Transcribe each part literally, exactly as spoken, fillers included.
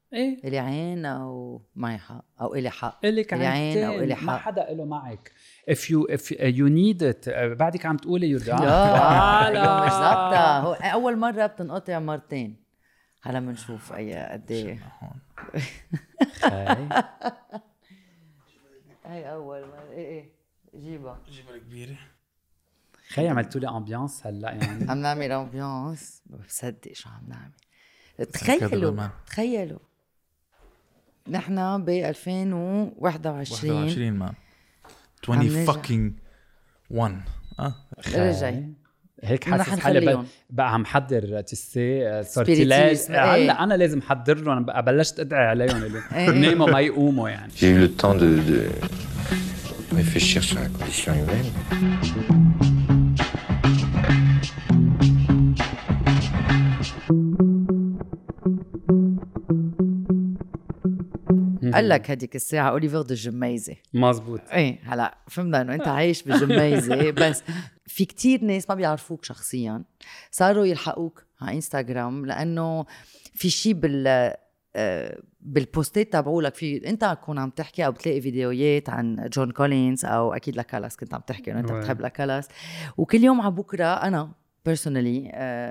ايه الي عين او معي حق او الي حق الك الي عين او الي عينتين ما حق. حدا له معك if you if you need it. بعدك عم تقولي يرضى لا اليوم مش ظابطه. هو اول مره بتنقطع مرتين. هلا بنشوف اي قد ايه هاي هاي اول مره. ايه ايه جيبها جيبها كبيره. خي عملتوا لي امبيانس هلا يعني. عم نعمل امبيانس. ما بصدق شو عم نعمل. تخيلوا تخيلوا نحن ب ألفين وواحد وعشرين واحد وعشرين ما عشرين fucking one اه رجع هيك حاسس حالي بقى عم حضر تسي سورتيلاج. هلا انا لازم احضر لهم. بقى بلشت ادعي عليهم اللي بناموا ما يقوموا يعني. J'ai eu le temps de, de réfléchir sur la condition humaine. قال لك هديك الساعة أوليفر دو جميزة. مزبوط. ايه هلا فهمنا انه انت عايش بجميزة. بس في كتير ناس ما بيعرفوك شخصيا صاروا يلحقوك على انستغرام لانه في شيء بال بالبوستات تبعولك. في انت تكون عم تحكي او بتلاقي فيديوهات عن جون كولينز او اكيد لكالاس كنت عم تحكي انه انت بتحب لكالاس. وكل يوم على بكره انا بيرسونالي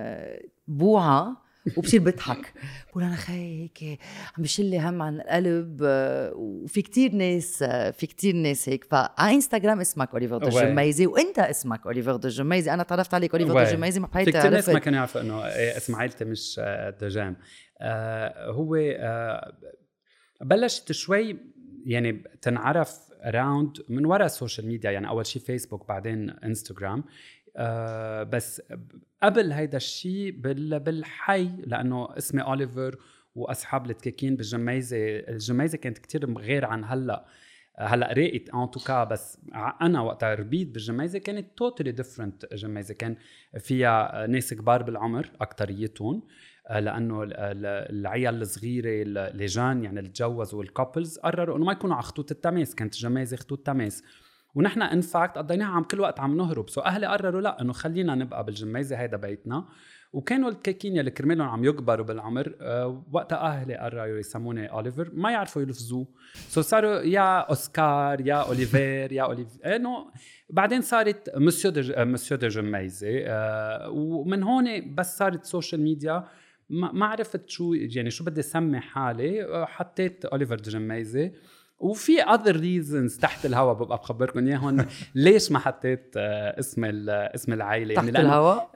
بوعى وبصير بضحك بقول انا خي هيك عم بشلي هم عن القلب. وفي كتير ناس في كتير ناس هيك. فعلى انستغرام اسمك اوليفر دو جميزي وانت اسمك اوليفر دو جميزي. انا تعرفت عليك اوليفر دو جميزي ما بحياتي. في كتير ناس ما كانوا يعرفوا انه اسم عائلتي مش دجام. آه هو آه بلشت شوي يعني تنعرف اراوند من وراء السوشيال ميديا. يعني اول شيء فيسبوك بعدين انستغرام. آه بس قبل هيدا الشيء بالحي لأنه اسمي أوليفر وأصحاب التكاكين بالجميزة. الجميزة كانت كتير غير عن هلأ. هلأ رقت أن توكا بس أنا وقتها ربيت بالجميزة كانت توتالي ديفرنت. جميزة كان فيها ناس كبار بالعمر أكتريتهم لأنه العيال الصغيرة اللجان يعني اللي تجوزوا والكابلز قرروا أنه ما يكونوا على خطوط التماس. كانت الجميزة خطوط تماس ونحن انفاكت قضيناها عم كل وقت عم نهرب. سو اهلي قرروا لا انه خلينا نبقى بالجميزه هيدا بيتنا. وكانوا الكاكين يلي كرمالهم عم يكبروا بالعمر أه وقتها اهلي قرروا يسموني اوليفر ما يعرفوا يلفظوه. سو صاروا يا اوسكار يا اوليفير يا اوليف انه بعدين صارت مسيو دي مسيو دي جميزه. أه ومن هون بس صارت سوشيال ميديا ما عرفت شو يعني شو بدي اسمي حالي. حطيت اوليفر دي جميزه وفي other reasons تحت الهوا ببقى بخبركم اياهم ليش ما حطيت اسم اسم العائله يعني تحت الهوا.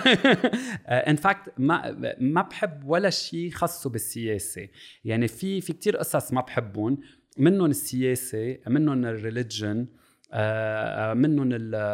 ان فاكت ما ما بحب ولا شيء خاصه بالسياسه. يعني في في كتير قصص ما بحبهم منهم السياسه منهم الريليجن منهم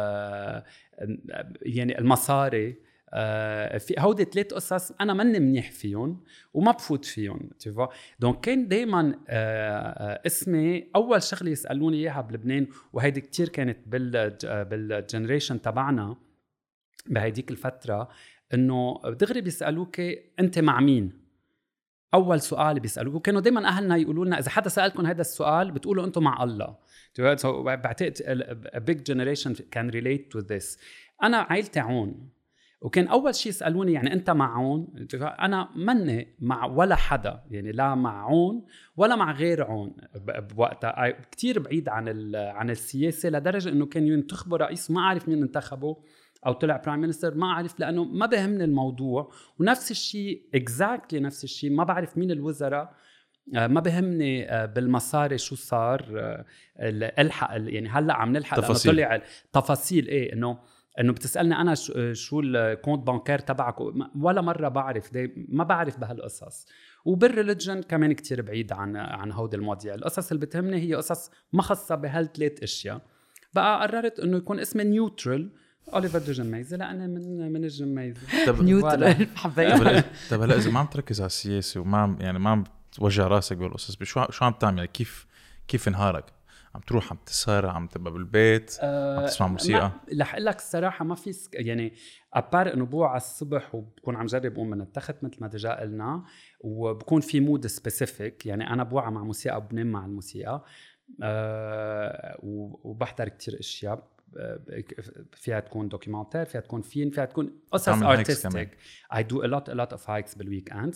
يعني المصاري. آه في هودي ثلاث قصص انا ماني منيح فيهم وما بفوت فيهم تيفا. دونك كان دائما آه اسمي اول شغله يسالوني اياها بلبنان وهيدي كتير كانت بال بالجنريشن تبعنا بهيديك الفتره انه دغري بيسالوك انت مع مين. اول سؤال بيسالوك كانوا دائما اهلنا يقولوا لنا اذا حدا سالكم هذا السؤال بتقولوا انتم مع الله. سو بعتقد a big generation can relate to this. انا عائلتي عون وكان أول شيء يسألوني يعني أنت مع عون. أنا مني مع ولا حدا يعني لا مع عون ولا مع غير عون. بوقتها كتير بعيد عن عن السياسة لدرجة إنه كان ينتخبوا رئيس ما أعرف مين انتخبه أو طلع برايم مينستر ما أعرف لأنه ما بهمني الموضوع. ونفس الشيء exactly نفس الشيء ما بعرف مين الوزراء ما بهمني بالمصاري شو صار. الحق يعني هلأ عم نلحق تفاصيل. طلع التفاصيل إيه إنه انه بتسالني انا شو الكونت بانكير تبعك ولا مره بعرف ما بعرف بهالقصص. وبالريليجن كمان كتير بعيد عن عن هودي المواضيع. القصص اللي بتهمني هي قصص ما خاصه بهالثلاث اشياء. بقى قررت انه يكون اسمي نيوترال اوليفر دو جميزه لانه من من الجميزه نيوترال. حبيت. طب هلا اذا ما عم تركز على السياسه وما عم يعني ما عم توجع راسك بالقصص شو شو عم تعمل؟ كيف كيف نهارك؟ عم تروح عم تسهر عم تبقى بالبيت عم تسمع موسيقى؟ رح اقول لك الصراحه ما في سك... يعني ابار انه بوعى الصبح وبكون عم جرب قوم من التخت مثل ما دجا قلنا وبكون في مود سبيسيفيك. يعني انا بوعى مع موسيقى وبنام مع الموسيقى. أه وبحضر كتير اشياء فيها تكون دوكيومنتير فيها تكون فيلم فيها تكون قصص ارتستيك. I do a lot a lot of hikes بالويك اندز.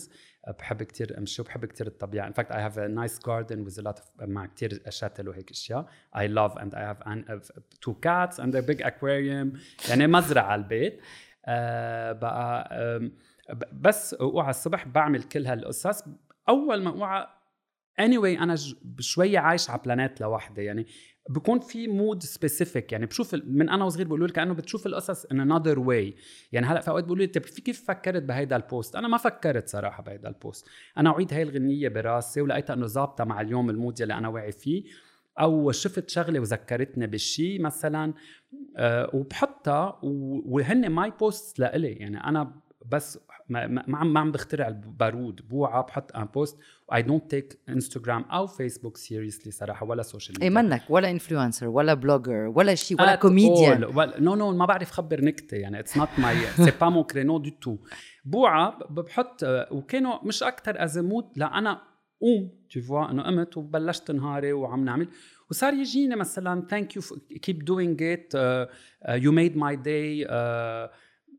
بحب كتير امشي وبحب كتير الطبيعه. in fact I have a nice garden with a lot of مع كتير شتل وهيك اشياء. I love and I have an, uh, two cats and a big aquarium يعني مزرعه على البيت. آه بقى آه بس اوعى الصبح بعمل كل هالقصص. اول ما اوعى anyway انا شويه عايش على بلانيت لوحدي يعني بكون في مود سبيسيفيك يعني بشوف من انا وصغير بقولوا لي كانه بتشوف القصص in another way يعني هلا في اوقات بيقولوا لي انت في كيف فكرت بهيدا البوست. انا ما فكرت صراحه بهيدا البوست. انا اعيد هاي الغنيه براسي ولقيتها انه ظابطه مع اليوم المود اللي انا واعي فيه او شفت شغله وذكرتني بالشيء مثلا أه وبحطها وهن ماي بوست لإلي يعني انا بس ما ما عم ما عم بخترع البارود. بوعى بحط ان بوست. I don't take انستغرام او فيسبوك seriously صراحه ولا سوشيال ميديا. اي منك ولا انفلونسر ولا بلوجر ولا شيء ولا كوميديان. نو نو ما بعرف خبر نكته يعني اتس نوت ماي سي با مون كرينو دو تو. بوعى بحط وكانوا مش اكثر ازمود لا انا قوم tu vois انه قمت وبلشت نهاري وعم نعمل وصار يجيني مثلا thank you keep doing it uh, uh, you made my day uh,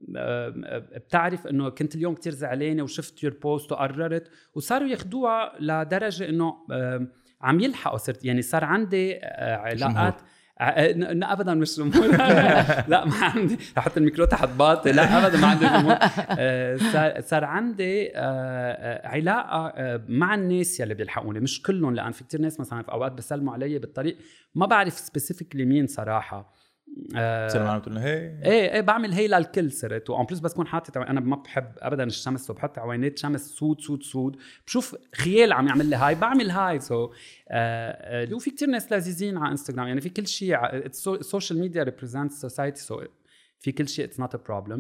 بتعرف انه كنت اليوم كتير زعلانه وشفت يور بوست وقررت وصاروا ياخدوها لدرجه انه عم يلحقوا صرت يعني صار عندي علاقات لا ابدا مش جمهور لا ما عندي رح احط الميكرو تحت باطي لا ابدا ما عندي جمهور. صار عندي علاقه مع الناس يلي بيلحقوني مش كلهم لان في كتير ناس مثلا في اوقات بيسلموا علي بالطريق ما بعرف سبيسيفيكلي مين صراحه. بتصير معنا بتقول هي ايه ايه بعمل هي للكل صرت وان بلس بس كون حاطط انا ما بحب ابدا الشمس وبحط عوينات شمس سود سود سود بشوف خيال عم يعمل لي هاي بعمل هاي سو آه وفي كتير ناس لذيذين على انستغرام يعني في كل شيء السوشيال ميديا ريبريزنت سوسايتي سو في كل شيء اتس نوت ا بروبلم.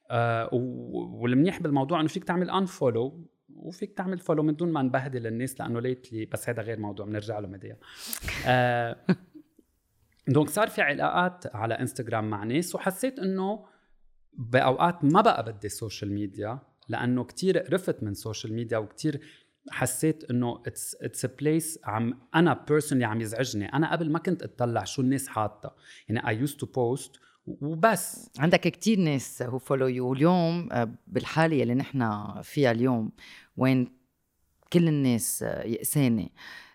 والمنيح بالموضوع انه فيك تعمل انفولو وفيك تعمل فولو من دون ما نبهدل الناس لانه ليتلي بس هذا غير موضوع بنرجع له مديا. آه دونك صار في علاقات على انستغرام مع ناس وحسيت انه باوقات ما بقى بدي سوشيال ميديا لانه كتير رفت من سوشيال ميديا وكتير حسيت انه اتس اتس ا بليس عم انا بيرسونلي عم يزعجني. انا قبل ما كنت اطلع شو الناس حاطه يعني اي يوزد تو بوست وبس. عندك كتير ناس هو فولو يو. اليوم بالحاله اللي نحن فيها اليوم وين كل الناس يأسانه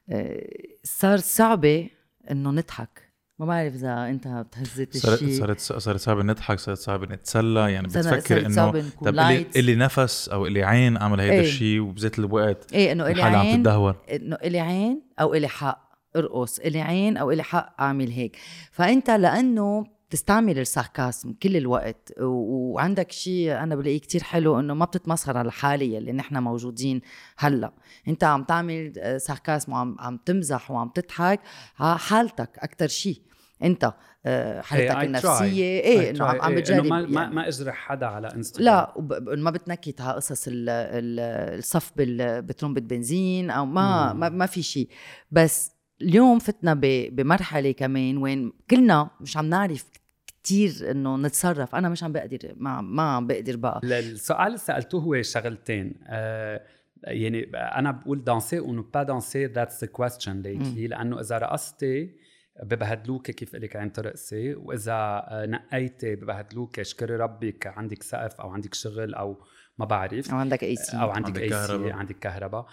صار صعبه انه نضحك. ما بعرف اذا انت بتهزت الشيء. صارت صارت صعب نضحك صارت صعب نتسلى يعني بتفكر انه طب اللي, اللي نفس او اللي عين عمل هيدا ايه. الشيء وبذات الوقت ايه انه اللي عين عم تدهور انه اللي عين او اللي حق ارقص اللي عين او اللي حق اعمل هيك. فانت لانه تستعمل الساركاسم كل الوقت و... وعندك شيء انا بلاقيه كتير حلو انه ما بتتمسخر على الحاله اللي نحن موجودين هلا. انت عم تعمل ساركاسم وعم عم تمزح وعم تضحك على حالتك اكتر شيء انت حالتك hey, النفسيه ايه انه عم عم بتجرب ما, يعني. ما ما اجرح حدا على انستغرام لا وب... ما بتنكت على قصص ال... ال... الصف بال... بترمبة بنزين او ما ما, ما في شيء. بس اليوم فتنا ب... بمرحله كمان وين كلنا مش عم نعرف كتير انه نتصرف. انا مش عم بقدر ما ما عم بقدر بقى. السؤال اللي سالته هو شغلتين آه يعني انا بقول دانسي او نو با دانسي ذاتس ذا كويستشن ليتلي لانه اذا رقصتي ببهدلوك كيف لك عين ترقصي واذا نقيتي ببهدلوك شكري ربك عندك سقف او عندك شغل او ما بعرف او عندك اي سي او عندك اي سي عندك كهرباء.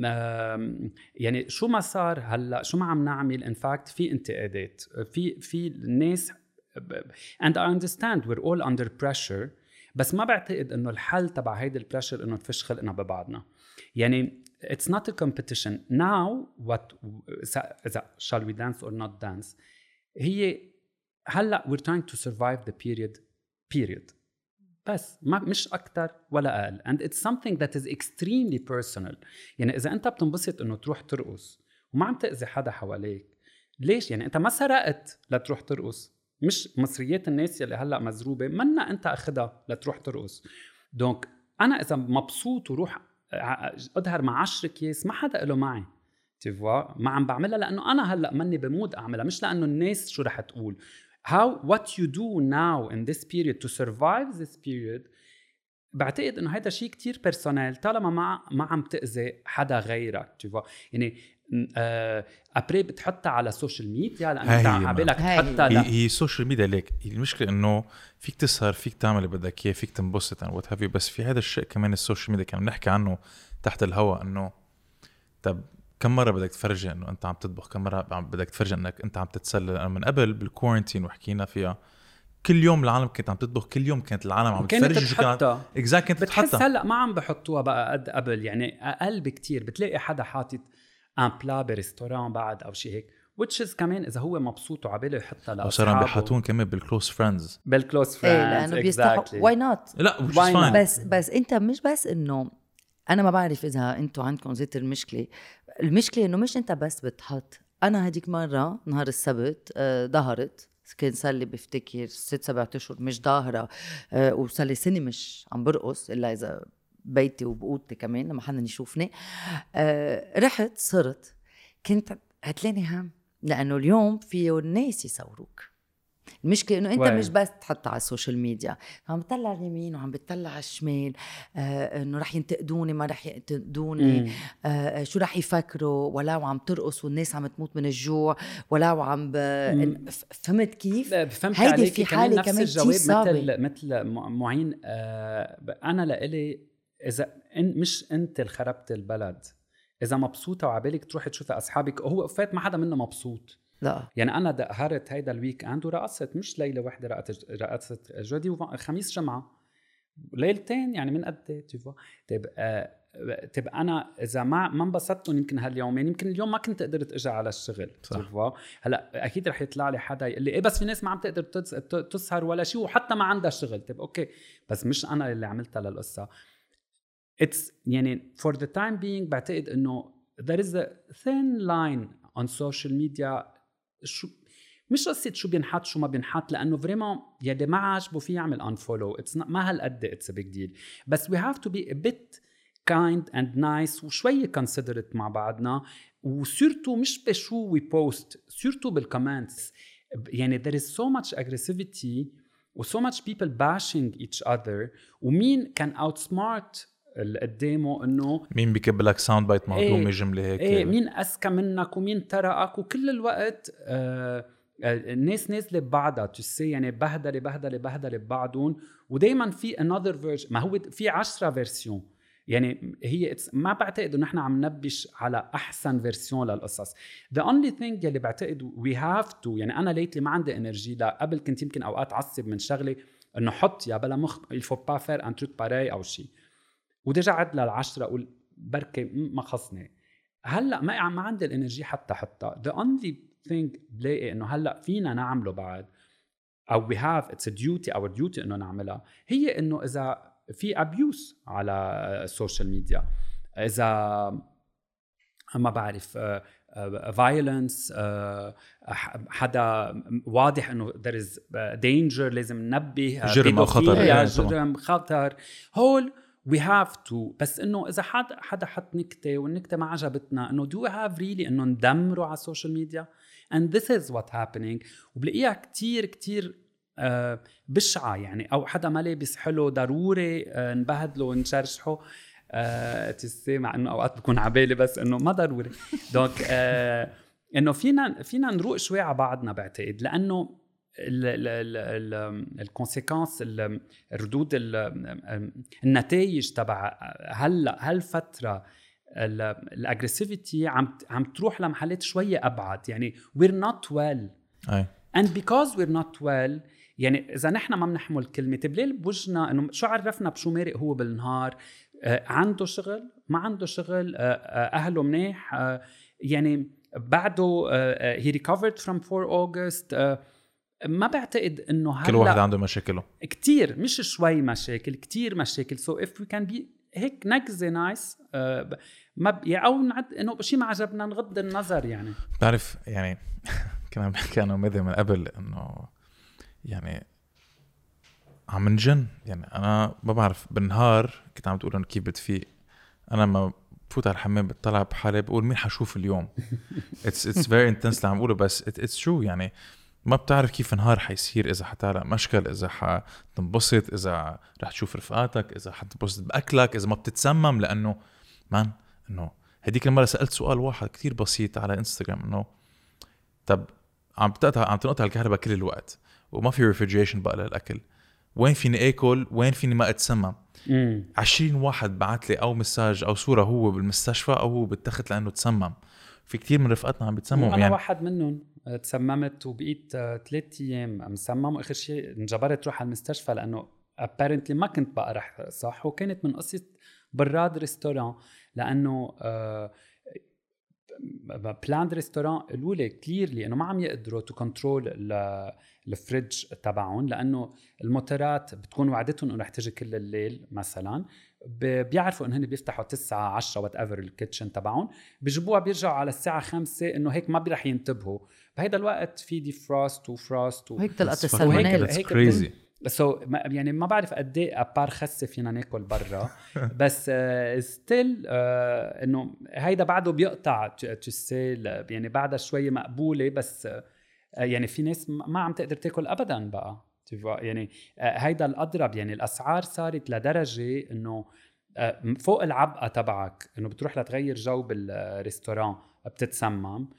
يعني شو ما صار هلا شو ما عم نعمل ان فاكت في انتقادات في في الناس and I understand we're all under pressure بس ما بعتقد انه الحل تبع هيدا البريشر انه نفش خلقنا ببعضنا. يعني it's not a competition now what إذا shall we dance or not dance هي هلا we're trying to survive the period period بس ما مش أكتر ولا أقل and it's something that is extremely personal. يعني إذا أنت بتنبسط إنه تروح ترقص وما عم تأذي حدا حواليك ليش يعني أنت ما سرقت لتروح ترقص. مش مصريات الناس يلي هلأ مزروبة منا أنت أخدها لتروح ترقص. دونك أنا إذا مبسوط وروح أظهر مع عشر كيس ما حدا له معي تفوا ما عم بعملها لأنه أنا هلأ مني بمود أعملها مش لأنه الناس شو رح تقول. How what you do now in this period to survive this period بعتقد انه هذا شيء كتير بيرسونال طالما ما ما عم تاذي حدا غيرك تشوفوا يعني آه ابري بتحطها على السوشيال ميديا لانه انت عبالك تحطها هي, هي السوشيال ميديا ليك. المشكله انه فيك تسهر فيك تعمل اللي بدك اياه فيك تنبسط وات هافي بس في هذا الشيء كمان السوشيال ميديا كنا بنحكي عنه تحت الهواء انه طب كم مره بدك تفرجي انه انت عم تطبخ كم مره بدك تفرجي انك انت عم تتسلى لأنه من قبل بالكورنتين وحكينا فيها كل يوم العالم كانت عم تطبخ كل يوم كانت العالم عم تفرجي شو كانت اكزاكت كانت بتحس هلا ما عم بحطوها بقى قد قبل يعني اقل بكتير بتلاقي حدا حاطط ان بلا بريستوران بعد او شيء هيك which is كمان اذا هو مبسوط وعباله يحطها لاصحابه وصار عم بيحطون كمان بالكلوز فريندز بالكلوز فريندز ايه لانه بيستحق واي نوت لا بس بس انت مش بس انه انا ما بعرف اذا انتم عندكم زيت المشكله المشكله انه مش انت بس بتحط. انا هديك مره نهار السبت آه ظهرت كان صار لي بفتكر ست سبعة اشهر مش ظاهره آه وصار لي سنه مش عم برقص الا اذا بيتي وبقوتي كمان لما حدا يشوفني آه رحت صرت كنت هتلاقيني هم لانه اليوم فيه الناس يصوروك. المشكلة إنه أنت وين. مش بس تحطها على السوشيال ميديا عم بتطلع اليمين وعم بتطلع على الشمال آه إنه رح ينتقدوني ما رح ينتقدوني آه شو رح يفكروا ولا وعم ترقص والناس عم تموت من الجوع ولا وعم ب... فهمت كيف؟ هيدي في حالة كمان كتير صعبة مثل مثل معين آه أنا لإلي إذا إن مش أنت اللي خربت البلد إذا مبسوطة وعبالك تروحي تشوفي أصحابك هو فات ما حدا منه مبسوط لا يعني أنا دقهرت هيدا الويك أند ورقصت مش ليلة واحدة رقصت رقصت جودي وخميس جمعة ليلتين يعني من قد تشوفوا تبقى تبقى أنا إذا ما ما انبسطتهم يمكن هاليومين يمكن اليوم ما كنت قدرت أجي على الشغل تشوفوا هلا أكيد رح يطلع لي حدا يقول لي إيه بس في ناس ما عم تقدر تسهر ولا شيء وحتى ما عندها شغل طب أوكي بس مش أنا اللي عملتها للقصة it's يعني for the time being بعتقد إنه there is a thin line on social media شو مش قصة شو بينحط شو ما بينحط لأنه فريمون يلي ما عاجبه فيه يعمل unfollow it's not ما هالقد it's a big deal بس we have to be a bit kind and nice وشوية considerate مع بعضنا وسورتو مش بشو we post سورتو بالكومنتس يعني there is so much aggressivity و so much people bashing each other ومين كان outsmart اللي قدامه انه مين بيكب لك ساوند بايت مهضومه ايه جمله هيك ايه مين اذكى منك ومين ترقك وكل الوقت آه الناس نازله ببعضها تسي يعني بهدله بهدله بهدله ببعضهم ودائما في another version ما هو في عشرة فيرسيون يعني هي ما بعتقد انه نحن عم نبش على احسن فيرسيون للقصص. the only thing يلي بعتقد we have to يعني انا ليتلي ما عندي انرجي لا قبل كنت يمكن اوقات عصب من شغلي انه حط يا بلا مخ il faut pas faire un truc pareil او شيء ودرجة عد للعشرة أقول بركة ما خصني هلأ ما ما عندي الانرجي حتى حتى the only thing بلاقي إنه هلأ فينا نعمله بعد أو we have it's a duty our duty إنه نعملها هي إنه إذا في abuse على السوشيال ميديا إذا ما بعرف uh, uh, violence uh, حدا واضح إنه there is danger لازم ننبه جرم أو خطر جرم خطر هول we have to بس انه اذا حدا حدا حط نكته والنكته ما عجبتنا انه do we have really انه ندمره على السوشيال ميديا and this is what happening وبلاقيها كتير كتير آه بشعه يعني او حدا ما لابس حلو ضروري آه نبهدله ونشرشحه آه تسي مع انه اوقات بكون عبالي بس انه ما ضروري دونك آه انه فينا فينا نروق شوي على بعضنا بعتقد لانه الكونسيكونس الردود النتائج تبع هلا هالفتره الاجريسيفيتي عم عم تروح لمحلات شويه ابعد يعني we're not well أي. and because we're not well يعني اذا نحن ما بنحمل كلمه تبليل بوجهنا انه شو عرفنا بشو مارق هو بالنهار آه عنده شغل ما عنده شغل آه آه اهله منيح آه يعني بعده آه he recovered from four August آه ما بعتقد انه هلا كل واحد عنده مشاكله كتير مش شوي مشاكل كتير مشاكل so if we can be هيك نكزه نايس آه ما يعني او نعد انه شيء ما عجبنا نغض النظر يعني بعرف يعني كنا بنحكي انا ومدي من قبل انه يعني عم نجن يعني انا ما بعرف بالنهار كنت عم تقول انه كيف بتفيق انا ما بفوت على الحمام بتطلع بحالي بقول مين حشوف اليوم it's it's very intense اللي عم بقوله بس it, it's true يعني ما بتعرف كيف نهار حيصير، اذا حتعلق مشكل، اذا حتنبسط، اذا رح تشوف رفقاتك، اذا حتنبسط باكلك، اذا ما بتتسمم. لانه مان انه هديك المره سالت سؤال واحد كتير بسيط على انستغرام، انه طب عم بتقطع عم تنقطع الكهرباء كل الوقت وما في ريفريجريشن بقى للاكل، وين فيني اكل، وين فيني ما اتسمم؟ عشرين واحد بعت لي او مساج او صوره هو بالمستشفى او هو بالتخت لانه تسمم. في كتير من رفقاتنا عم بيتسمموا. انا يعني واحد منهم تسممت وبقيت ثلاث ايام مسمم، واخر شيء انجبرت روح على المستشفى لانه apparently ما كنت بقى رح صح. وكانت من قصه براد ريستوران، لانه بلاند ريستوران قالوا لي كليرلي انه ما عم يقدروا تو كنترول الفريج تبعهم، لانه الموتورات بتكون وعدتهم انه رح تجي كل الليل مثلا، بيعرفوا انه هن بيفتحوا تسعة عشرة وات ايفر الكيتشن تبعهم، بيجيبوها بيرجعوا على الساعه خمسة، انه هيك ما بيرح ينتبهوا بهيدا الوقت في دي فروست وفروست وهيك تلقط السالمونيلا. هيك كريزي. سو يعني ما بعرف قد ايه ابار خسه فينا ناكل برا، بس ستيل uh, uh, انه هيدا بعده بيقطع تسيل، يعني بعدها شويه مقبوله، بس uh, يعني في ناس ما عم تقدر تاكل ابدا بقى. يعني uh, هيدا الاضرب، يعني الاسعار صارت لدرجه انه uh, فوق العبقه تبعك انه بتروح لتغير جو بالريستوران بتتسمم،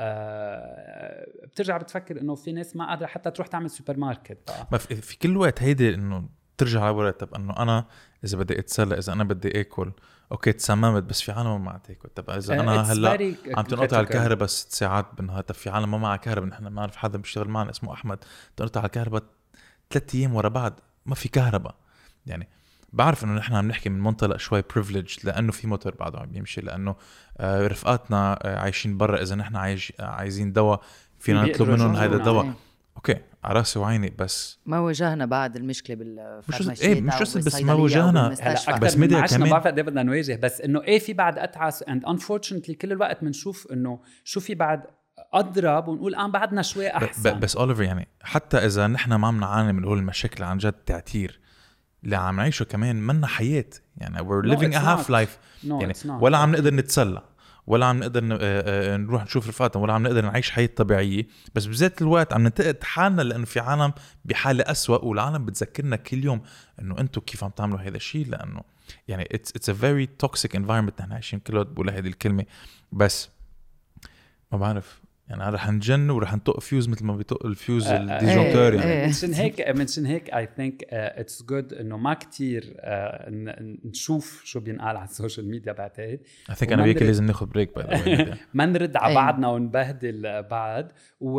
أه بترجع بتفكر انه في ناس ما قادره حتى تروح تعمل سوبر ماركت بقى. ما في, في كل وقت هيدي انه ترجع لورا. طب انه انا اذا بدي اتسلى، اذا انا بدي اكل اوكي تسممت، بس في عالم ما عم تاكل. طب اذا انا هلا عم تنقطع الكهرباء ست ساعات بالنهار، طب في عالم ما معها كهرباء. نحن ما نعرف حدا بيشتغل معنا اسمه احمد، تنقطع الكهرباء ثلاث ايام ورا بعض ما في كهرباء. يعني بعرف انه نحن عم نحكي من منطلق شوي privileged لانه في موتور بعده عم يمشي، لانه آه رفقاتنا آه عايشين برا، اذا نحن عايش آه عايزين دواء فينا نطلب منهم هذا الدواء. ايه. اوكي على راسي وعيني، بس ما واجهنا بعد المشكله بالفارماسيات. ايه مش بس بس ما واجهنا، بس ميديا كمان ما بعرف قد ايه بدنا نواجه، بس انه ايه في بعد اتعس and unfortunately كل الوقت بنشوف انه شو في بعد اضرب ونقول اه بعدنا شوي احسن. بس اوليفر يعني حتى اذا نحن ما عم نعاني من هول المشاكل عن جد تعتير اللي عم نعيشه، كمان منا حياة. يعني we're living no, a half not. life. no, يعني ولا عم نقدر نتسلى، ولا عم نقدر نروح نشوف رفقاتنا، ولا عم نقدر نعيش حياة طبيعية، بس بذات الوقت عم ننتقد حالنا لأنه في عالم بحالة أسوأ، والعالم بتذكرنا كل يوم إنه أنتوا كيف عم تعملوا هذا الشيء. لأنه يعني it's it's a very toxic environment نحن عايشين. كل وقت بقول هذه الكلمة، بس ما بعرف يعني رح نجن ورح نطق فيوز مثل ما بيطق الفيوز الديجونتور. يعني منشان هيك منشان هيك I think uh, it's good إنه ما كتير uh, نشوف شو بينقال على السوشيال ميديا. بعتقد I think أنا وياك لازم ناخد بريك بقى ما نرد على بعضنا ونبهدل بعض و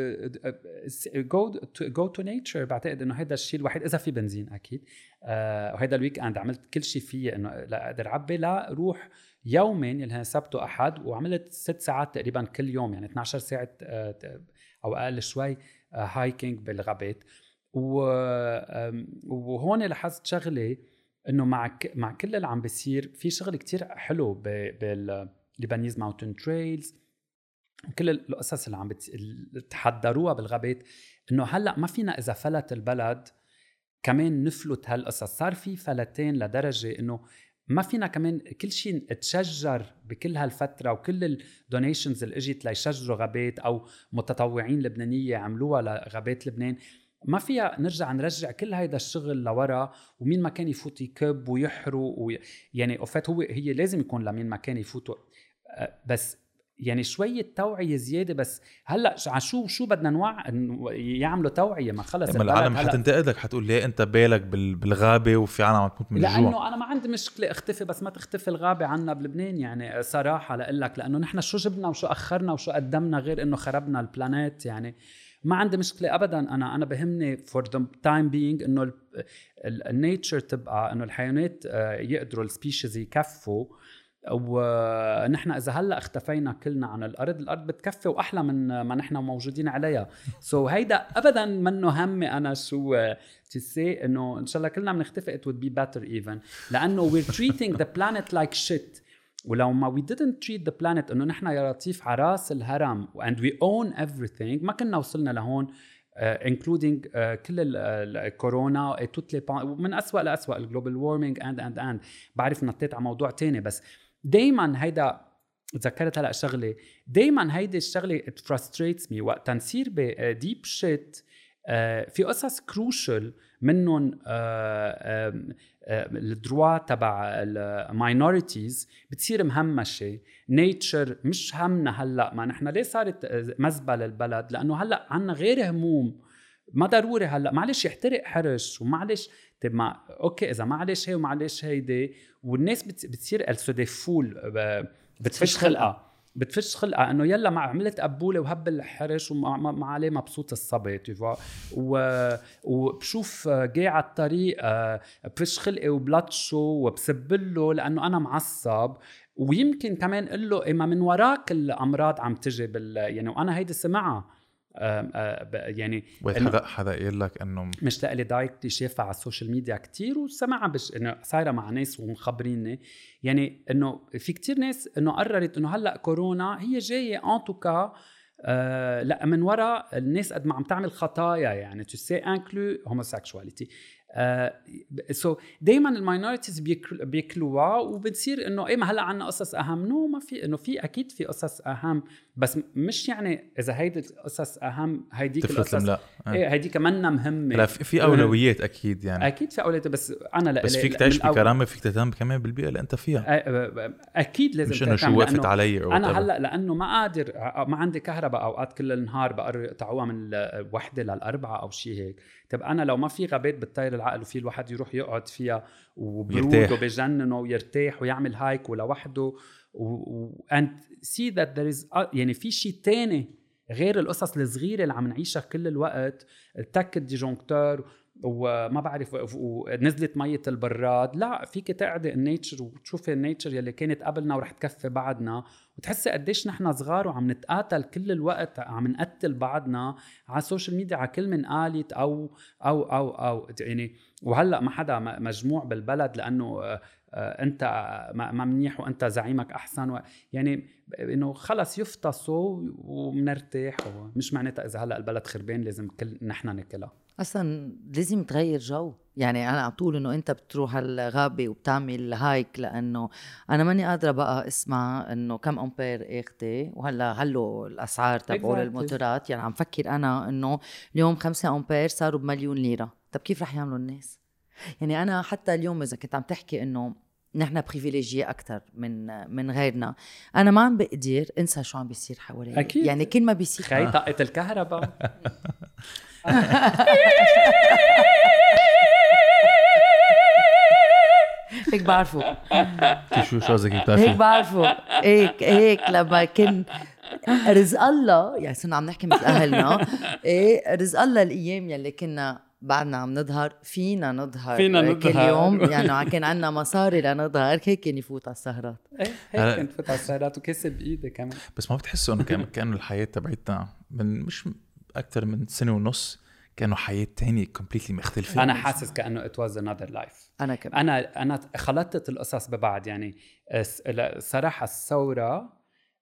go to, go to nature. بعتقد إنه هيدا الشيء الوحيد إذا في بنزين أكيد. uh, وهيدا الويك أند عملت كل شيء فيه إنه لا أقدر عبي لا روح يومين اللي هي سبت وأحد، وعملت ست ساعات تقريبا كل يوم، يعني اثناشر ساعة أو أقل شوي هايكينج بالغابات. وهون لاحظت شغلة إنه مع مع كل اللي عم بيصير في شغل كتير حلو بالليبانيز ماونتن تريلز، كل القصص اللي عم بتحضروها بالغابات، إنه هلأ ما فينا إذا فلت البلد كمان نفلت هالقصص. صار في فلتين لدرجة إنه ما فينا كمان كل شيء اتشجر بكل هالفترة، وكل الدونيشنز اللي اجت ليشجروا غابات أو متطوعين لبنانية عملوها لغابات لبنان، ما فيها نرجع نرجع كل هيدا الشغل لورا، ومين ما كان يفوت يكب ويحرق وي... يعني أوفات هو هي لازم يكون لمين ما كان يفوتوا، بس يعني شوية توعية زيادة. بس هلأ شو شو بدنا نوع يعملوا توعية؟ ما خلص العالم حتنتقدك، حتقول ليه أنت بالك بالغابة وفي عالم عم تموت من الجوع. لأنه أنا ما عندي مشكلة اختفي، بس ما تختفي الغابة عنا بلبنان. يعني صراحة لقلك، لأنه نحن شو جبنا وشو أخرنا وشو قدمنا غير إنه خربنا البلانيت. يعني ما عندي مشكلة أبدا. أنا أنا بهمني for the time being إنه النيتشر تبقى، إنه الحيوانات يقدروا السبيشيز يكفوا، ونحن إذا هلأ اختفينا كلنا عن الأرض، الأرض بتكفي وأحلى من ما نحن موجودين عليها. سو so هيدا أبداً منه همي أنا شو تسي إنه إن شاء الله كلنا بنختفي it would be better even، لأنه we're treating the planet like shit. ولو ما we didn't treat the planet إنه نحن يا لطيف عراس الهرم and we own everything، ما كنا وصلنا لهون. Uh, including uh, كل الكورونا من أسوأ لأسوأ الجلوبال وارمينج and and and بعرف نطيت على موضوع تاني، بس دايما هيدا تذكرت هلا شغله دايما هيدي الشغله it frustrates me وقت نصير بديب شيت في قصص كروشل منهم الدروا تبع الماينورتيز بتصير مهمشه. نيتشر مش همنا هلا، ما نحن ليه صارت مزبله البلد؟ لانه هلا عنا غير هموم، ما ضروري هلا معلش يحترق حرش ومعلش طيب ما اوكي اذا معلش هي ومعلش هيدي، والناس بتصير السودي فول بتفش خلقها بتفش خلقها انه يلا ما عملت قبوله وهب الحرش وما عليه مبسوط الصبي تيفا وبشوف جاي على الطريق بفش خلقي وبلطشه وبسبله لانه انا معصب، ويمكن كمان قل له إيه ما من وراك الامراض عم تجي بال يعني. وانا هيدي سمعها يعني حدا حدا يقول لك انه مش لقلي دايركتلي شايفها على السوشيال ميديا كتير وسمعها بش انه صايره مع ناس ومخبريني يعني انه في كتير ناس انه قررت انه هلا كورونا هي جايه ان توكا آه لا من وراء الناس قد ما عم تعمل خطايا يعني تو سي انكلو هوموسيكشواليتي. سو دائما الماينورتيز بياكلوها وبتصير انه ايه ما هلا عنا قصص اهم. نو ما في انه في اكيد في قصص اهم، بس مش يعني اذا هيدي القصص اهم هيديك القصص لا ايه هيديك منا مهمه. لا في اولويات اكيد يعني اكيد في اولويات، بس انا لا بس فيك تعيش بكرامه، فيك تهتم كمان بالبيئه اللي انت فيها. اكيد لازم مش انه شو وقفت علي انا هلا لانه ما قادر ما عندي كهرباء اوقات كل النهار بقرر يقطعوها من الوحده للاربعه او شيء هيك. طب انا لو ما في غابات بتطير العقل وفي الواحد يروح يقعد فيها وبرود وبجننه ويرتاح ويعمل هايك ولوحده و and see that there is يعني في شيء تاني غير القصص الصغيره اللي عم نعيشها كل الوقت، التك ديجونكتور وما بعرف ونزلت مية البراد. لا فيك تقعدي النيتشر وتشوفي النيتشر يلي كانت قبلنا ورح تكفي بعدنا، وتحسي قديش نحن صغار وعم نتقاتل كل الوقت، عم نقتل بعضنا على السوشيال ميديا على كل من قالت أو أو أو أو يعني. وهلأ ما حدا مجموع بالبلد لأنه أنت ما منيح وأنت زعيمك أحسن يعني إنه خلص يفتصوا ومنرتاح. مش معناتها إذا هلأ البلد خربان لازم كل نحن نكلها. اصلا لازم تغير جو يعني. انا اقول انه انت بتروح الغابه وبتعمل هايك لانه انا ماني قادره بقى اسمع انه كم امبير اختي وهلا هلو الاسعار تبعول الموتورات يعني. عم فكر انا انه اليوم خمسة امبير صاروا بمليون ليره. طب كيف رح يعملوا الناس يعني؟ انا حتى اليوم اذا كنت عم تحكي انه نحن بريفيليجيه اكثر من من غيرنا، انا ما عم بقدر انسى شو عم بيصير حوالي يعني. كل ما بيصير خي طاقه الكهرباء هيك بعرفه شو شو قصدك هيك بعرفه هيك هيك لما كن رزق الله يعني صرنا عم نحكي مثل اهلنا ايه رزق الله الايام يلي كنا بعدنا عم نظهر فينا نظهر فينا كل نظهر. يوم يعني كان عندنا مصاري لنظهر. هيك كان يفوت على السهرات ايه هيك كنت فوت على السهرات وكسب بايدي كمان. بس ما بتحسوا انه كان كانه الحياه تبعتنا من مش اكثر من سنه ونص كانوا حياه تانية كومبليتلي مختلفه؟ انا حاسس كانه it was another life. انا كمان انا انا خلطت القصص ببعض يعني. صراحه الثوره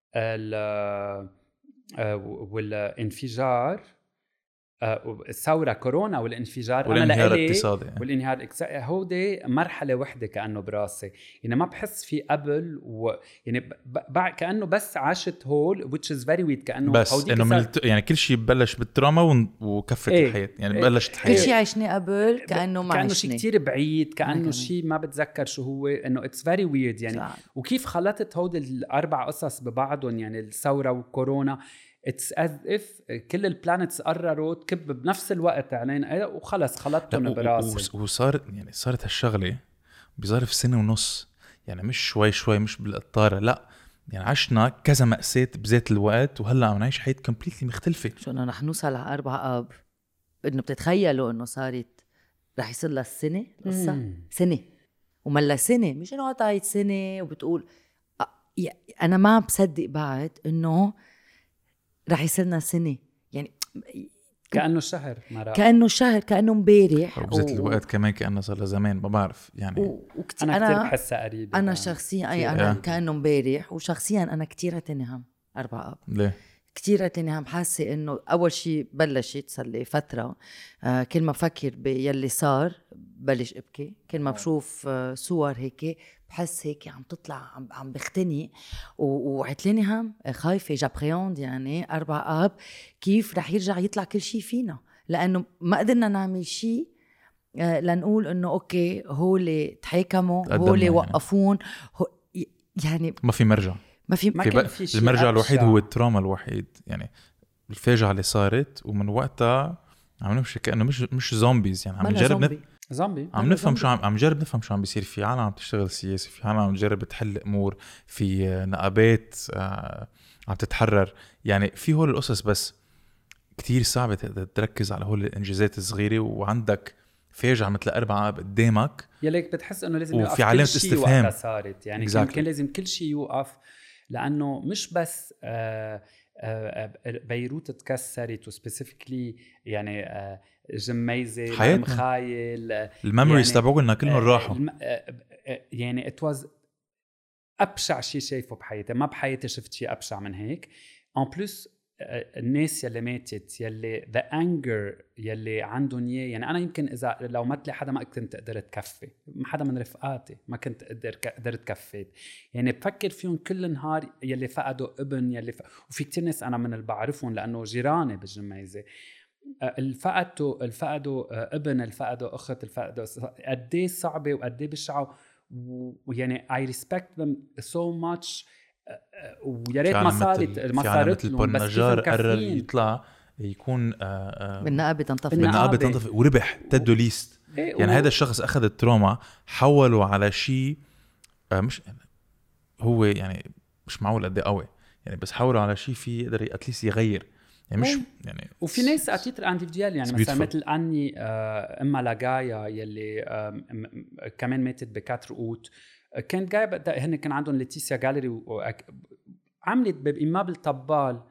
والانفجار، الثورة كورونا والانفجار والانهيار الاقتصادي والانهيار الاقتصادي هو دي مرحلة وحدة كأنه براسي يعني. ما بحس في قبل و يعني ب... ب... كأنه بس عاشت هول which is very weird كأنه بس انه من الت... يعني كل شيء بلش بالتراما ون... وكفت ايه؟ الحياة يعني ايه؟ بلشت الحياة كل شيء عشناه قبل كأنه ما كأنه شيء كتير بعيد، كأنه شيء ما بتذكر شو هو، انه it's very weird يعني صح. وكيف خلطت هود الاربع قصص ببعضهم يعني الثورة وكورونا It's as if كل البلانتس قرروا تكب بنفس الوقت علينا وخلص خلطتهم براسي. وصار يعني صارت هالشغلة بظرف سنة ونص يعني، مش شوي شوي مش بالقطارة لا يعني. عشنا كذا مأساة بذات الوقت وهلأ عم نعيش حياة كومبليتلي مختلفة. شو انه رح نوصل على أربعة آب انه بتتخيلوا انه صارت رح يصير لها السنة قصة سنة وملا سنة، مش انه قطعت سنة وبتقول انا ما بصدق بعد انه رح يصيرنا سنة يعني. كأنه شهر مرة كأنه شهر كأنه مبارح وبذات و... الوقت كمان كأنه صار زمان ما بعرف يعني و... وكت... أنا, أنا كتير بحسها قريبة أنا شخصيا أي أنا كأنه مبارح، وشخصيا أنا كتير تنهم أربعة أب. ليه؟ كتير قالت لي هم حاسة إنه أول شي بلشت صار لي فترة آه كل ما بفكر باللي صار بلش أبكي، كل ما بشوف آه صور هيك بحس هيك عم تطلع عم, عم بختني، وقالت لي هم خايفة جابريوند يعني أربع آب كيف رح يرجع يطلع كل شي فينا، لأنه ما قدرنا نعمل شي آه لنقول إنه أوكي هولي تحاكموا هولي وقفون يعني. يعني ما في مرجع، ما في, ما في, في المرجع الوحيد هو التراما الوحيد، يعني الفاجعة اللي صارت ومن وقتها عم نمشي كأنه مش مش زومبيز، يعني عم نجرب زومبي. زومبي عم نفهم شو عم عم نجرب نفهم شو عم بيصير. في عالم عم تشتغل سياسي، في عالم عم تجرب تحل امور، في نقابات آه عم تتحرر، يعني في هول القصص، بس كتير صعبة تركز على هول الانجازات الصغيرة وعندك فاجعة مثل أربعة قدامك يليك بتحس إنه لازم يوقف كل شيء وقتها صارت يعني exactly. كان, كان لازم كل شيء يوقف، لأنه مش بس آه آه بيروت تكسرت وسبيسيفيكلي يعني آه جميزة مخايل الميموريز يعني تبعوا لنا كلهم آه راحوا آه يعني it was أبشع شيء شايفه بحياتي، ما بحياتي شفت شيء أبشع من هيك. en plus الناس يلي ماتت يلي the anger يلي عندهم اياه، يعني انا يمكن اذا لو مثلي حدا ما كنت قدرت كفي، حدا من رفقاتي ما كنت قدر قدرت كفيت، يعني بفكر فيهم كل نهار يلي فقدوا ابن يلي ف... وفي كتير ناس انا من اللي بعرفهم لانه جيراني بالجميزه الفقدوا الفقدوا ابن الفقدوا اخت الفقدوا قد ايه صعبه وقد ايه بشعه، ويعني I respect them so much. ويا ريت ما صارت ما صارت لهم، بس نجار قرر يطلع يكون بالنقابه تنطفئ بالنقابه تنطفئ وربح تدو ليست إيه يعني و... هذا الشخص اخذ التروما حوله على شيء مش هو يعني مش معقول قد قوي يعني، بس حوله على شيء فيه يقدر اتليست يغير يعني مش يعني. وفي ناس اتيتر انديفيديال يعني مثلا مثل اني اما لاغايا يلي كمان ماتت بكاتر اوت، كانت جايبه هن كان عندهم ليتيسيا جاليري وعملت بإمابل طبال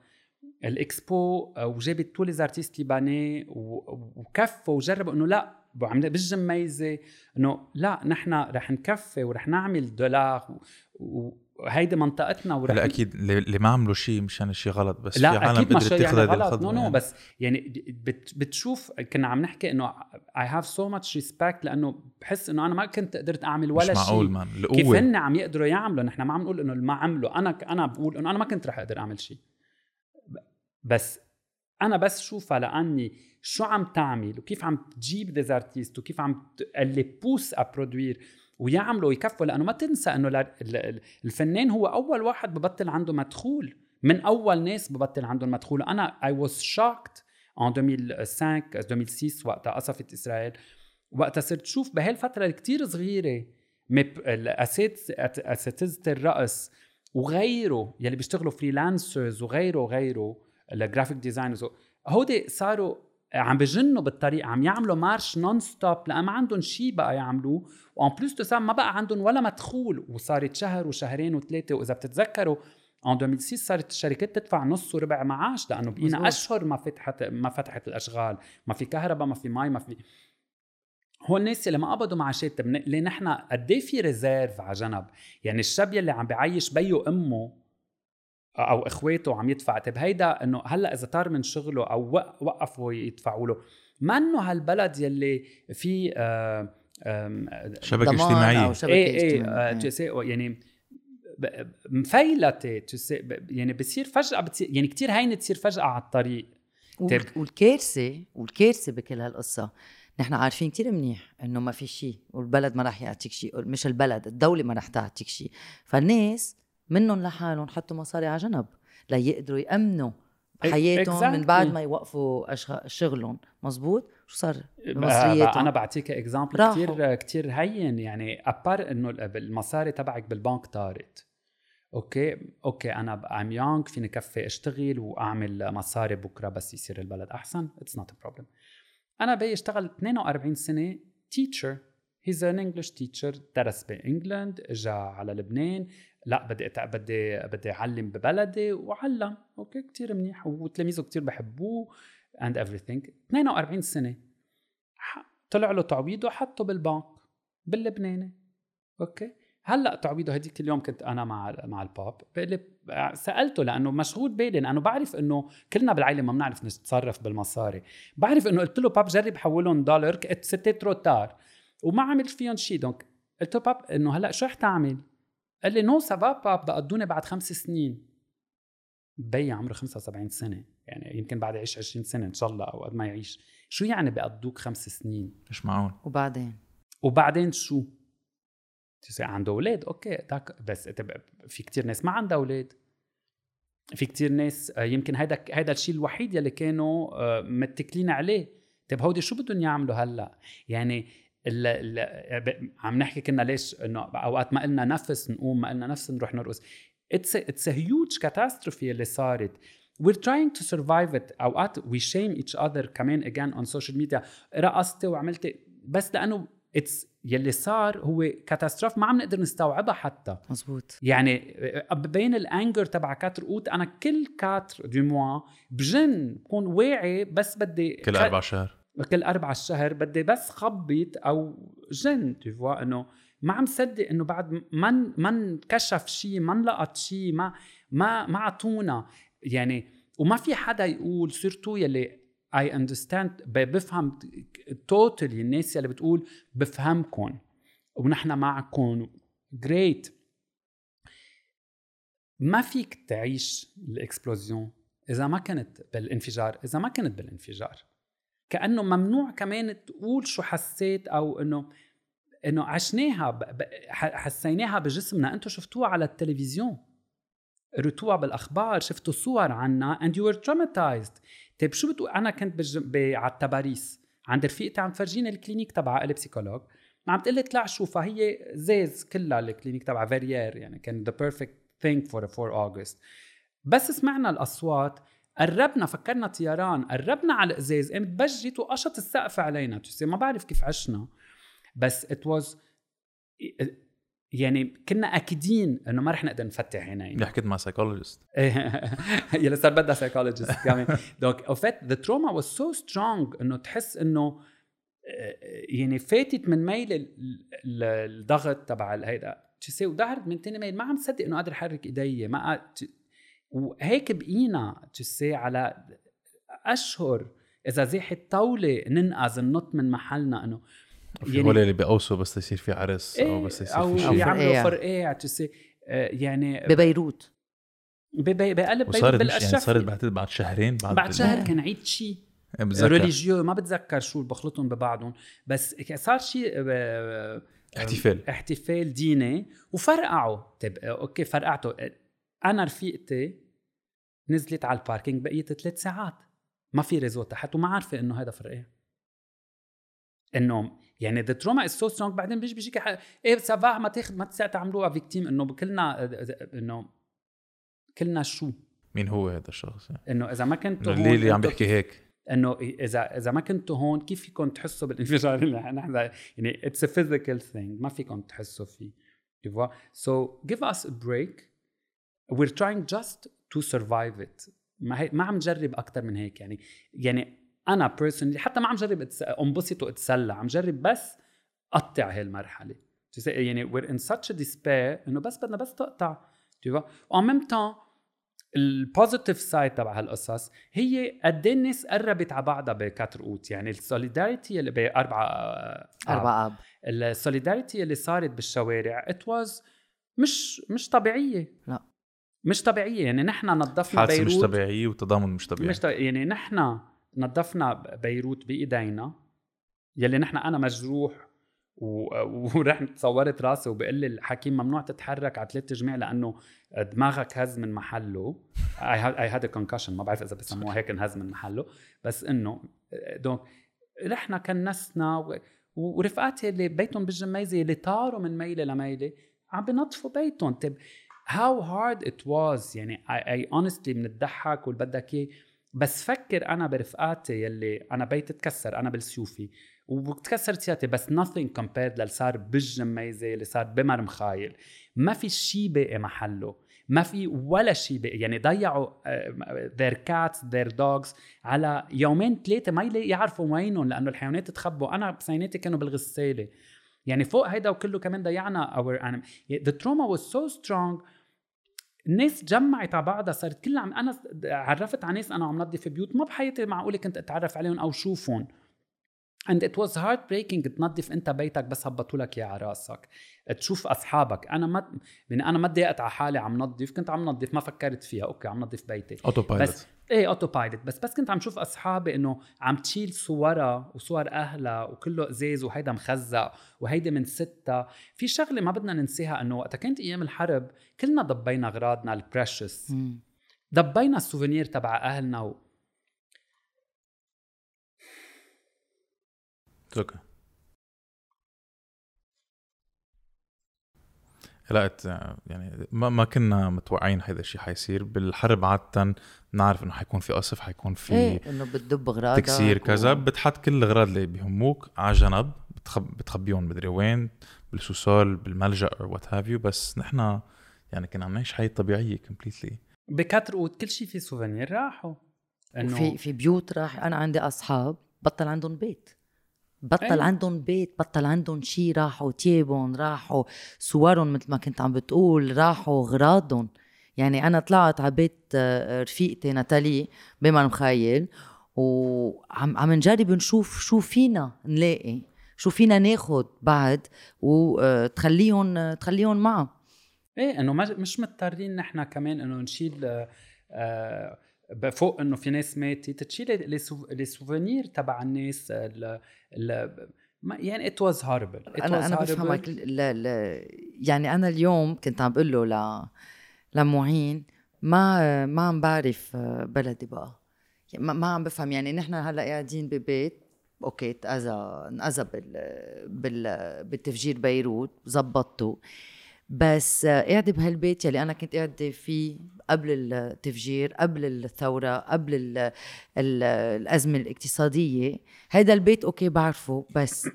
الاكسبو وجابت طول الارتيست ليباني وكفوا وجربوا انه لا وعملت بالجميزه انه لا نحن رح نكفي ورح نعمل دولار وهيدي منطقتنا ورح لا اكيد اللي ما عملوا شيء مشان شيء غلط، بس لا في عالم قدرت تاخذ يعني هذه الخطوه نو نو يعني. بس يعني بت بتشوف كنا عم نحكي انه I have so much respect لانه بحس انه انا ما كنت قدرت اعمل ولا شيء كيف هن عم يقدروا يعملوا، نحن ما عم نقول انه ما عملوا، انا انا بقول انه انا ما كنت رح اقدر اعمل شيء، بس انا بس شوفها لاني شو عم تعمل وكيف عم تجيب دي ارتيست وكيف عم اللي بوس ابرودوير ويعملوا ويكفوا، لانه ما تنسى انه الفنان هو اول واحد ببطل عنده مدخول، من اول ناس ببطل عندهم مدخول. انا I was shocked en deux mille cinq deux mille six وقتها قصفت اسرائيل، وقتها صرت شوف بهالفتره الكتير صغيره اساتذه الرقص وغيره يلي بيشتغلوا فريلانسرز وغيره وغيره الجرافيك ديزاينرز هودي صاروا عم بجنوا بالطريق، عم يعملوا مارش نون ستوب لأ ما عندهم شيء بقى يعملوه، وان بلوس تسام ما بقى عندهم ولا مدخول، وصارت شهر وشهرين وثلاثه، واذا بتتذكروا ان deux mille six صارت الشركات تدفع نص وربع معاش لانه بقينا اشهر ما فتحت ما فتحت الاشغال، ما في كهرباء ما في مي ما في. هو الناس اللي ما قبضوا معاشات اللي نحن قد ايه في ريزيرف على جنب، يعني الشاب اللي عم بيعيش بيو امه او اخواته عم يدفع، طيب هيدا انه هلا اذا طار من شغله او وقفوا يدفعوا له، ما انه هالبلد يلي في آه شبكه اجتماعيه او شبكه ايه ايه يعني مفيلته يعني بصير فجاه بتصير يعني كتير هينه تصير فجاه على الطريق. طيب. والكارثه والكارثه بكل هالقصه نحن عارفين كتير منيح انه ما في شيء والبلد ما راح يعطيك شيء، مش البلد الدوله ما راح تعطيك شيء، فالناس منهم لحالهم حطوا مصاري على جنب ليقدروا يأمنوا حياتهم exactly. من بعد ما يوقفوا شغلهم. مزبوط. شو صار بمصرياتهم؟ انا بعطيك اكزامبل كتير كتير هين، يعني ابار انه المصاري تبعك بالبنك طارت، اوكي اوكي انا I'm young فيني كفي اشتغل واعمل مصاري بكره بس يصير البلد احسن، it's not a problem. انا بي اشتغل اثنين وأربعين سنه teacher، he's an English teacher، درس بإنجلند، اجا على لبنان، لا بدي بدي بدي اعلم ببلدي وعلم، اوكي كتير منيح وتلاميذه كتير بحبوه and everything. اثنين وأربعين سنه طلع له تعويض وحطه بالبنك باللبناني، اوكي هلا تعويضه هديك اليوم كنت انا مع مع الباب بقول لي سالته لانه مشغول بالي لانه بعرف انه كلنا بالعائله ما بنعرف نتصرف بالمصاري بعرف انه قلت له باب جرب حولهم دولار سيتي تروتار وما عملت فيهم شيء دونك قلت له باب انه هلا شو رح تعمل قال لي نو سافا باب بقضوني بعد خمس سنين بي عمره خمسة وسبعين سنه يعني يمكن بعد يعيش عشرين سنه ان شاء الله او قد ما يعيش شو يعني بقضوك خمس سنين مش معقول وبعدين وبعدين شو تسي عنده أولاد أوكي داك بس في كتير ناس ما عندها أولاد في كتير ناس يمكن هيدا هيدا الشيء الوحيد يلي كانوا متكلين عليه طيب هودي شو بدهم يعملوا هلا يعني ال ال عم نحكي كنا ليش انه اوقات ما قلنا نفس نقوم ما قلنا نفس نروح نرقص it's a, it's a huge catastrophe اللي صارت we're trying to survive it اوقات we shame each other كمان again on social media رقصتي وعملتي بس لانه it's يلي صار هو كاتاستروف ما عم نقدر نستوعبها حتى مزبوط يعني بين الانجر تبع كاتر اوت انا كل كاتر دو موا بجن بكون واعي بس بدي كل اربع شهر كل اربع شهر بدي بس خبط او جن تو فوا انه ما عم صدق انه بعد ما ما انكشف شيء ما انلقط شيء ما ما ما عطونا يعني وما في حدا يقول سيرتو يلي I understand بفهم totally الناس اللي بتقول بفهمكم ونحن معكم great ما فيك تعيش الإكسبلوزيون إذا ما كنت بالانفجار إذا ما كنت بالانفجار كأنه ممنوع كمان تقول شو حسيت أو إنه إنه عشناها حسيناها بجسمنا أنتوا شفتوها على التلفزيون قريتوها بالأخبار شفتوا صور عنها and you were traumatized طيب شو بتقول أنا كنت بج... ب... على التباريس عند رفيقتي عم تفرجيني الكلينيك تبع قلب بسيكولوج عم تقلي طلع شوفها هي زيز كلها الكلينيك تبع فيريير يعني كان the perfect thing for four August بس سمعنا الأصوات قربنا فكرنا طيران قربنا على الإزاز قامت بجت وقشط السقف علينا تسي ما بعرف كيف عشنا بس it was يعني كنا أكيدين إنه ما رح نقدر نفتح عينينا. حكيت مع سايكولوجيست. يلا صار بدها سايكولوجيست كمان. donc en fait the trauma was so strong إنه تحس إنه يعني فاتت من ميل الضغط تبع الهيدا تشي وظهرت من تاني ميل ما عم صدق إنه قادر أحرك إيدي ما وهيك بقينا تشي على أشهر إذا زاحت طاولة ننقذ النط من محلنا إنه يعني ولا اللي بيقوسوا بس يصير في عرس او بس يصير أو في شيء يعملوا فرقيع تسي يعني ببيروت بقلب بيروت بالاشرف يعني صارت بعد بعد شهرين بعد, بعد شهر كان عيد شيء ريليجيو ما بتذكر شو بخلطهم ببعضهم بس صار شيء احتفال احتفال ديني وفرقعوا طيب اوكي فرقعته انا رفيقتي نزلت على الباركينج بقيت ثلاث ساعات ما في ريزو تحت وما عارفه انه هذا فرقيع انه يعني the trauma is so strong بعدين بيجي بيجيك ايه سافا ما تاخذ ما تساعد تعملوها فيكتيم انه كلنا انه كلنا شو مين هو هذا الشخص يعني. انه اذا ما كنتوا هون اللي عم بيحكي هيك انه اذا اذا ما كنتوا هون كيف فيكم تحسوا بالانفجار اللي نحن يعني it's a physical thing ما فيكم تحسوا فيه you know? so give us a break we're trying just to survive it ما هي ما عم نجرب اكثر من هيك يعني يعني أنا personally حتى ما عم جرب أنبسط وأتسلى عم جرب بس أقطع هاي المرحلة يعني we're in such a despair إنه بس بدنا بس تقطع tu vois en même temps البوزيتيف سايد تبع هالقصص هي قد ايه الناس قربت على بعضها بكاتر اوت يعني السوليداريتي اللي بأربعة أربعة آب السوليداريتي اللي صارت بالشوارع it was مش مش طبيعية لا مش طبيعية يعني نحن نظفنا بيروت مش طبيعية وتضامن مش طبيعي مش طبيعي يعني نحن نظفنا بيروت بإيدينا يلي نحن أنا مجروح ورح تصورت راسي وبقول الحكيم ممنوع تتحرك على ثلاث تجميع لأنه دماغك هز من محله I had a concussion ما بعرف إذا بسموه هيك انهز من محله بس إنه دونك رحنا كنسنا ورفقاتي اللي بيتهم بالجميزة اللي طاروا من ميلة لميلة عم بنظفوا بيتهم طيب how hard it was يعني I, I honestly بنضحك والبدك إيه بس فكر أنا برفقاتي يلي أنا بيت تكسر أنا بالسيوفي وتكسر سياتي بس nothing compared للي صار بالجميزة اللي صار بمرمخايل ما في شي باقي محله ما في ولا شي باقي يعني ضيعوا their cats their dogs على يومين ثلاثة ما يعرفوا وينهم لأنه الحيوانات تخبوا أنا بسيناتي كانوا بالغسالة يعني فوق هيدا وكله كمان ضيعنا our animal. the trauma was so strong. الناس جمعت على بعضها، صارت كلها عم انا عرفت على ناس انا عم نظف بيوت ما بحياتي معقوله كنت اتعرف عليهم او شوفهم. and it was heartbreaking تنظف انت بيتك بس هبطوا لك اياه على راسك، تشوف اصحابك. انا ما يعني انا ما ضايقت على حالي عم نظف، كنت عم نظف ما فكرت فيها، اوكي عم نظف بيتي اوتو بايلوت. ايه اوتو بايلوت. بس بس كنت عم شوف اصحابي انه عم تشيل صورها وصور اهلها وكله ازاز وهيدا مخزق وهيدا من ستة. في شغله ما بدنا ننساها، انه وقت كانت ايام الحرب كلنا ضبينا اغراضنا البريشس، ضبينا السوفينير تبع اهلنا و... اوكي لا يعني ما ما كنا متوقعين هذا الشيء حيصير بالحرب. عادة نعرف انه حيكون في قصف، حيكون في ايه انه بتدب اغراضك تكسير كذا و... بتحط كل الاغراض اللي بيهموك على جنب، بتخب... بتخبيهم مدري وين بالسوسول بالملجأ او وات هاف يو. بس نحن يعني كنا عم نعيش حياة طبيعية كومبليتلي بكتر وكل شيء في سوفينير راحوا. انه في في بيوت راح. انا عندي اصحاب بطل عندهم بيت، بطل أيه. عندهم بيت، بطل عندهم شي، راحوا تيابهم، راحوا صورهم مثل ما كنت عم بتقول، راحوا غراضهم. يعني أنا طلعت على بيت رفيقتي ناتالي بما مخيل، وعم عم نجرب نشوف شو فينا نلاقي، شو فينا ناخد بعد وتخليهم تخليهم معه. ايه انه مش مضطرين نحن كمان انه نشيل آه فوق انه في ناس ماتت تشيل لي سوفينير تبع الناس ال ال يعني it was horrible. It انا was انا horrible. بفهمك. لا لا يعني انا اليوم كنت عم بقول له ل لمعين ما ما عم بعرف بلدي بقى، ما, ما عم بفهم. يعني نحن هلا قاعدين ببيت اوكي تأذى انأذى بال بال بالتفجير بيروت زبطته، بس قاعدة بهالبيت يلي أنا كنت قاعدة فيه قبل التفجير، قبل الثورة، قبل ال ال الأزمة الاقتصادية. هيدا البيت أوكي بعرفه، بس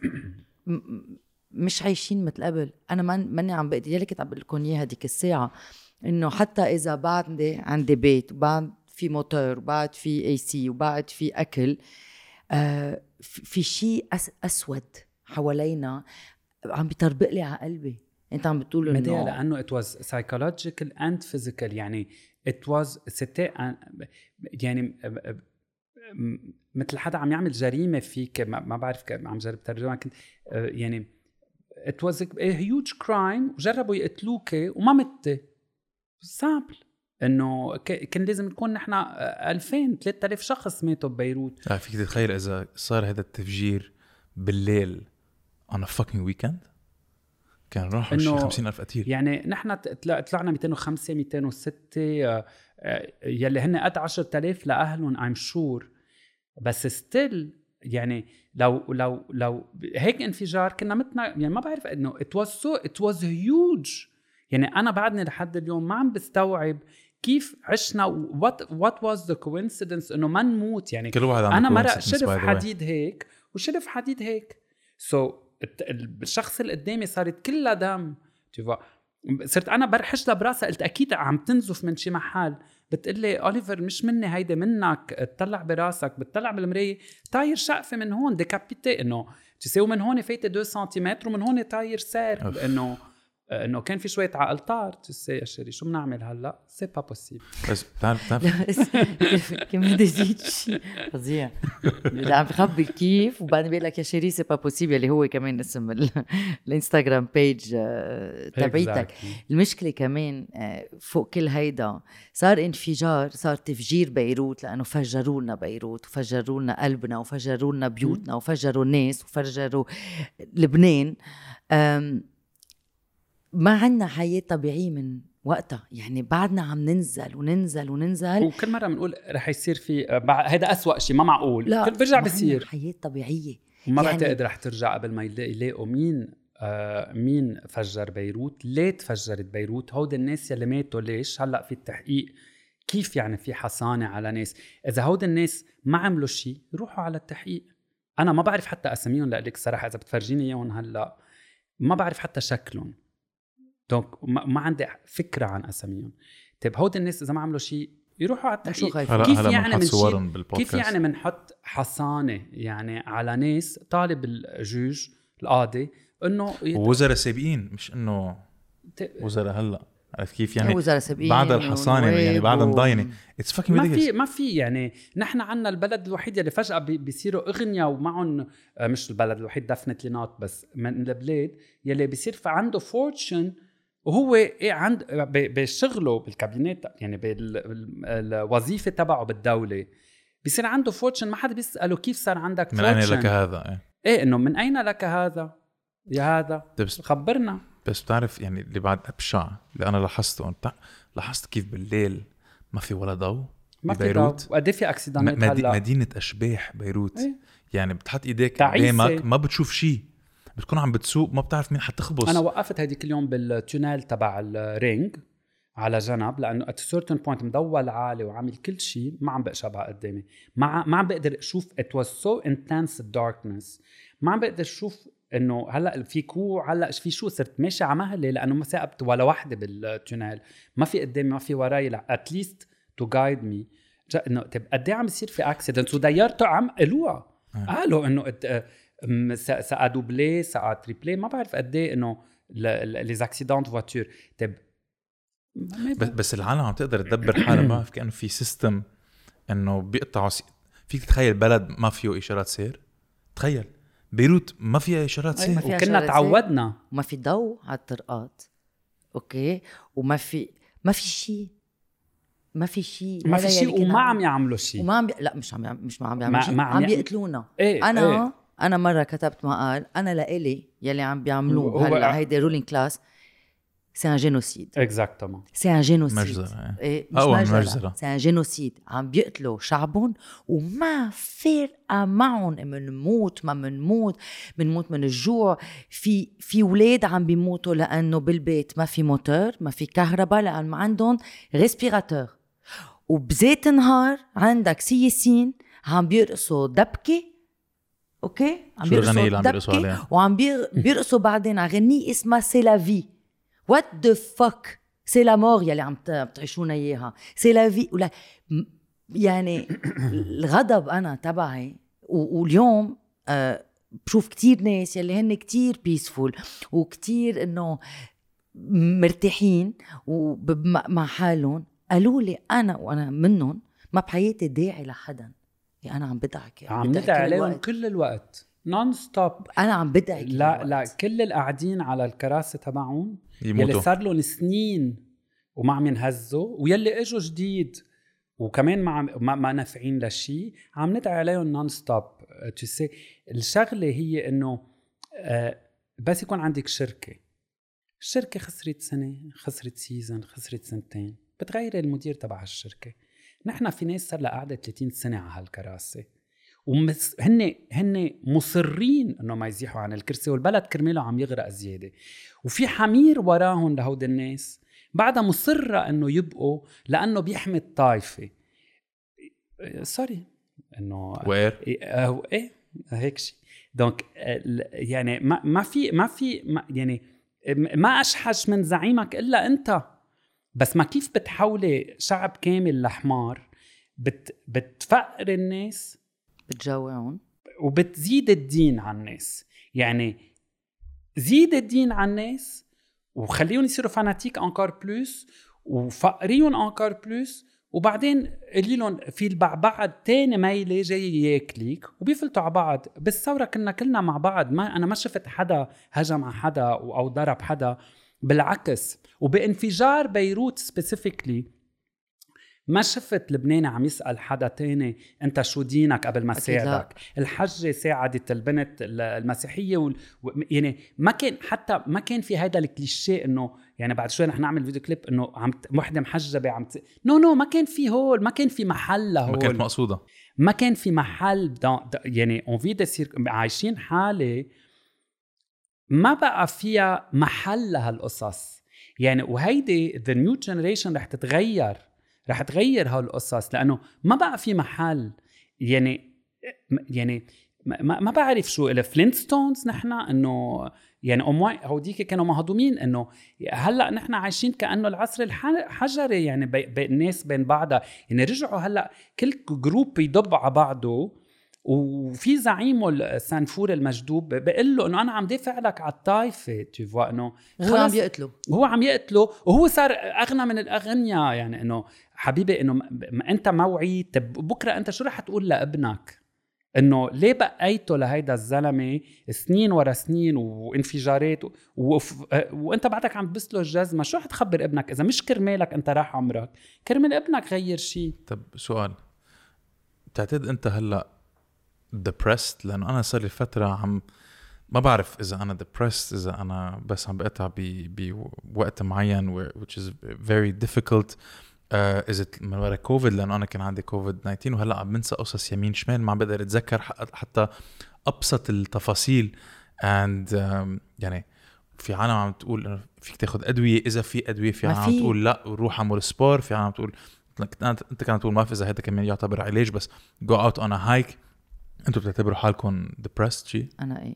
مش عايشين مثل قبل. أنا ماني عم بقدر، يلي كنت عم بقول لكم إياها هديك الساعة، إنه حتى إذا بعد عندي بيت وبعد في موتور وبعد في اي سي وبعد في أكل، آه في شيء أس أسود حوالينا عم بيطربق لي على قلبي. انت عم بتقول انه مدى لانه it was psychological and physical. يعني it was c'était يعني مثل حدا عم يعمل جريمه فيك، ما بعرف عم جرب ترجمه كنت يعني it was a huge crime وجربوا يقتلوك وما مت سامبل. انه كان لازم نكون نحن ألفين ثلاثة آلاف شخص ماتوا ببيروت. اه فيك تتخيل اذا صار هذا التفجير بالليل on a fucking weekend كان راحوا شي خمسين ألف قتيل. يعني نحن طلعنا مئتين وخمسة مئتين وستة يلي هن قد عشرة آلاف لأهلهم I'm sure. بس still يعني لو لو لو هيك انفجار كنا متنا يعني ما بعرف انه it was so it was huge. يعني أنا بعدني لحد اليوم ما عم بستوعب كيف عشنا what what was the coincidence إنه ما نموت. يعني أنا مرة شرف حديد هيك وشرف حديد هيك so الشخص اللي قدامي صارت كلها دم. صرت أنا برحش لها براسها، قلت أكيد عم تنزف من شي محل. بتقلي أوليفر مش مني هيدا منك، تطلع براسك، بتطلع بالمراية طاير شقفة من هون ديكابيتي، إنه تساوي من هون فايتة دو سنتيمتر ومن هون طاير سار. إنه إنه كان في شوية عقل طار. تسي يا شيري شو بنعمل هلا؟ سي با بوسيبل. بس بتعرف بتعرف كم بدي زيد شيء فظيع اللي عم بخبي كيف وبعدين بيقول لك يا شيري سي با بوسيبل، اللي هو كمان اسم الانستغرام بيج تبعيتك. المشكلة كمان فوق كل هيدا صار انفجار، صار تفجير بيروت لأنه فجروا لنا بيروت وفجروا لنا قلبنا وفجروا لنا بيوتنا وفجروا الناس وفجروا لبنان. ما عنا حياة طبيعية من وقتها. يعني بعدنا عم ننزل وننزل وننزل وكل مرة بنقول رح يصير في هيدا أسوأ شيء ما معقول. لا كل برجع بيصير حياة طبيعية وما يعني بتقدر رح ترجع قبل ما يلاقوا مين آه مين فجر بيروت، ليه تفجرت بيروت، هود الناس يلي ماتوا ليش. هلأ في التحقيق كيف يعني في حصانة على ناس. إذا هود الناس ما عملوا شيء يروحوا على التحقيق. أنا ما بعرف حتى أسميهم لأليك صراحة، إذا بتفرجيني إياهم هلأ ما بعرف حتى شكلهم، دونك ما عندي فكرة عن أساميهم. طيب هود الناس إذا ما عملوا شيء يروحوا على التحقيق. كيف يعني من كيف يعني منحط حصانة يعني على ناس طالب الجوج القاضي انه يت... ووزراء سابقين مش انه ت... وزراء هلا، عرفت كيف يعني وزراء سابقين بعد الحصانه يعني بعد و... مضاينه اتس فاكينج ما في ما في يعني نحن عنا البلد الوحيد اللي فجأة بي... بيصيروا اغنياء ومعهم مش البلد الوحيد دفنت لينات بس من البلاد يلي بيصير في عنده فورتشن وهو ايه عند بشغله بالكابينت يعني بالوظيفه تبعه بالدوله بيصير عنده فورتشن ما حدا بيساله كيف صار عندك فورتشن، من اين لك هذا ايه, إيه انه من اين لك هذا يا هذا بس خبرنا. بس بتعرف يعني اللي بعد ابشع اللي انا لاحظته انت لاحظت كيف بالليل ما في ولا ضوء ما في ببيروت وقد في اكسيدانات مدي... هلا مدينه اشباح بيروت إيه؟ يعني بتحط ايديك تعيسة. قدامك ما بتشوف شيء، بتكون عم بتسوق ما بتعرف مين حتخبص. انا وقفت هديك اليوم بالتونيل تبع الرينج على جنب لانه ات سيرتن بوينت مضول عالي وعامل كل شيء ما عم بقشبها قدامي، ما ما عم بقدر اشوف ات واز سو انتنس داركنس، ما عم بقدر اشوف انه هلا في كو هلا في شو صرت ماشي على مهله لانه ما ثاقبت ولا وحده بالتونيل، ما في قدامي ما في وراي اتليست تو جايد مي انه طيب قد ايه عم يصير في اكسيدنتس وديارته عم قالوها قالوا انه سا دوبلي سا تريبلي ما بعرف قد ايه انه لي اكسيدنت فواتور. طيب بس بس العالم عم تقدر تدبر حالها، ما في كأنه في سيستم انه بيقطعوا س... فيك تتخيل بلد ما فيه اشارات سير؟ تخيل بيروت ما فيها اشارات سير أيه. وكنا تعودنا وما في ضوء على الطرقات اوكي وما في ما في شيء ما في شيء ما في شيء وما عم يعملوا شيء وما عم بي... لا مش عم مش ما عم بيعملوا شيء ما عم بيقتلونا. ايه انا ايه. انا مره كتبت مقال انا لإلي يلي عم بيعملوه هلا هيدي رولينج كلاس سي ان جينوسيد اكزاكتومون سي ان جينوسيد مجزرة ايه مش مجزرة سي ان جينوسيد عم بيقتلوا شعبهم وما فارقه معهم منموت ما منموت منموت من الجوع. في في ولاد عم بيموتوا لانه بالبيت ما في موتور ما في كهرباء لان ما عندهم ريسبيراتور، وبزيت نهار عندك سياسين عم بيرقصوا دبكه اوكي عم بيرقصوا دبكه وعم بيرقصوا بعدين اغنيه اسمها سي لا في وات ذا فك سي لا مور يلي عم بتعيشونا اياها سي لا في ولا يعني الغضب انا تبعي. واليوم أه بشوف كتير ناس يلي هن كتير بيسفول وكتير انه مرتاحين ومع حالهم قالوا لي انا وانا منهم ما بحياتي داعي لحدا يعني انا عم بدعك عم ندعي عليهم كل الوقت نون ستوب انا عم بدعي لا لا كل القاعدين على الكراسي تبعهم يلي صار لهم سنين وما عم ينهزوا ويلي اجوا جديد وكمان ما ما, ما نافعين لشيء عم ندعي عليهم نون ستوب. تو سي الشغله هي انه آه بس يكون عندك شركه الشركه خسرت سنه خسرت سيزن خسرت سنتين بتغير المدير تبع الشركه. نحن في ناس صار لها قاعده ثلاثين سنه على هالكراسي ومس هن هن مصرين انه ما يزيحوا عن الكرسي والبلد كرماله عم يغرق زياده وفي حمير وراهم لهود الناس بعدها مصره انه يبقوا لانه بيحمي الطائفه سوري انه وير ايه, إيه هيك شيء. دونك يعني ما ما في ما في ما يعني ما اشحش من زعيمك الا انت، بس ما كيف بتحولي شعب كامل لحمار بت بتفقر الناس بتجوعون وبتزيد الدين على الناس. يعني زيد الدين على الناس وخليهم يصيروا فاناتيك انكار بلوس وفقريهم انكار بلوس وبعدين قلي لهم في البعبعد تاني ميلة جاي ياكليك وبيفلتوا على بعض. بالثورة كنا كلنا مع بعض ما أنا ما شفت حدا هجم على حدا أو ضرب حدا بالعكس. وبانفجار بيروت سبيسيفيكلي ما شفت لبناني عم يسأل حدا تاني انت شو دينك قبل ما ساعدك. الحجة ساعدت البنت المسيحية وال... يعني ما كان حتى ما كان في هيدا الكليشيه انه يعني بعد شوي رح نعمل فيديو كليب انه عم وحده محجبة عم ت... نو نو ما كان في هول ما كان في محل هول ما كانت مقصودة ما كان في محل دا... دا... يعني اون في دسير عايشين حالة ما بقى فيها محل لهالقصص يعني. وهيدي the new generation رح تتغير رح تغير هالقصص لأنه ما بقى في محل يعني يعني ما, ما بعرف شو الفلينتستونز نحن إنه يعني أمواي هوديك كانوا مهضومين إنه هلأ نحن عايشين كأنه العصر الحجري يعني بين الناس بين بعضها يعني رجعوا هلأ كل جروب يدب على بعضه وفي زعيمه السنفور المجدوب بيقول له انه انا عم دافع لك على الطائفه، tu vois انه هو عم يقتله هو عم يقتله وهو صار اغنى من الاغنياء. يعني انه حبيبي انه ما انت موعي، بكره انت شو رح تقول لابنك؟ انه ليه بقيته لهيدا الزلمه سنين ورا سنين وانفجارات و... و... وانت بعدك عم تبسله الجزمه؟ شو رح تخبر ابنك اذا مش كرمالك انت راح عمرك، كرمال ابنك غير شيء. طب سؤال، بتعتقد انت هلا depressed؟ لانه انا صار لي فتره عم ما بعرف اذا انا depressed، اذا انا بس عم بقطع بوقت معين which is very difficult. اذا uh, من وراء كوفيد، لانه انا كان عندي كوفيد تسعة عشر وهلا عم بنسى قصص يمين شمال، ما عم بقدر اتذكر حتى ابسط التفاصيل. and um, يعني في عالم عم تقول انه فيك تاخذ ادويه اذا في ادويه، في عالم عم تقول لا روح اعمل سبور، في عالم عم تقول انت كانت تقول ما في اذا هذا كمان يعتبر علاج، بس go out on a hike. انتوا بتعتبروا حالكم depressed شيء؟ انا ايه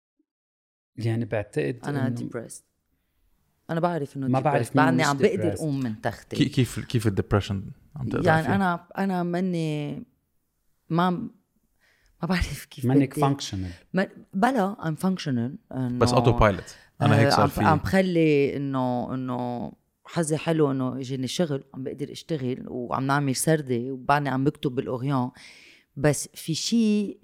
يعني بعتقد انا إنه... depressed. انا بعرف انه ما بعرف بعدني عم بقدر اقوم من تختي. كيف كيف الديبرشن عم تقدر يعني فيه؟ انا انا مني ما ما بعرف كيف منك فانكشنال ما... بلا ام فانكشنال بس اوتو بايلوت. انا هيك صار في عم بخلي انه انه حظي حلو انه يجيني شغل، عم بقدر اشتغل وعم نعمل سردة وبعدني عم بكتب بالاوريون. بس في شيء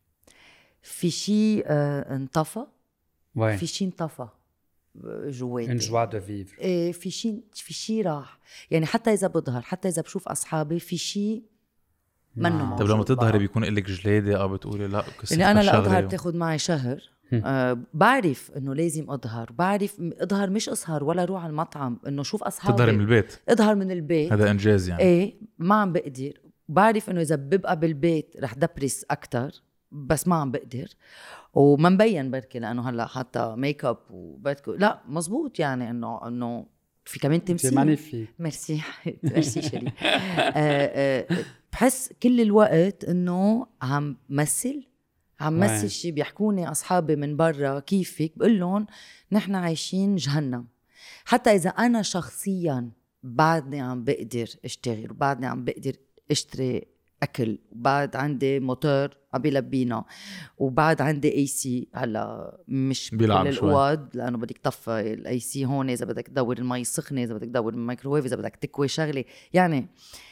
في شيء اه انطفى، في شيء انطفى جواتي، ان جوا دو فيفر. ايه في شيء في شيء راح. يعني حتى اذا بظهر، حتى اذا بشوف اصحابي، في شيء منه موجود. طب لما تظهري بيكون لك جلادة او بتقولي لا كسر؟ يعني انا لا اظهر بتاخد معي شهر. آه بعرف انه لازم اظهر، بعرف اظهر مش اسهر ولا روح على المطعم، انه شوف اصحابي. تظهري من البيت، اظهر من البيت، هذا انجاز يعني. ايه ما عم بقدر. بعرف انه اذا ببقى بالبيت رح دبرس اكتر، بس ما عم بقدر. وما مبين بركي لانه هلا حتى ميك اب وبدكو لا مزبوط. يعني انه انه في كمان تمثيل. مانيفيك. ميرسي ميرسي شيري. بحس كل الوقت انه عم مثل عم مثل شيء. بيحكوني اصحابي من برا كيفك، بقول لهم نحن عايشين جهنم. حتى اذا انا شخصيا بعدني عم بقدر اشتغل، وبعدني عم بقدر اشتري اكل، وبعد عندي موتور عم بيلبينا، وبعد عندي اي سي هلا مش كل الاوض لانه بدك تطفي الاي سي هون، اذا بدك تدور المي السخنه، اذا بدك تدور الميكروويف، اذا بدك تكوي شغله. يعني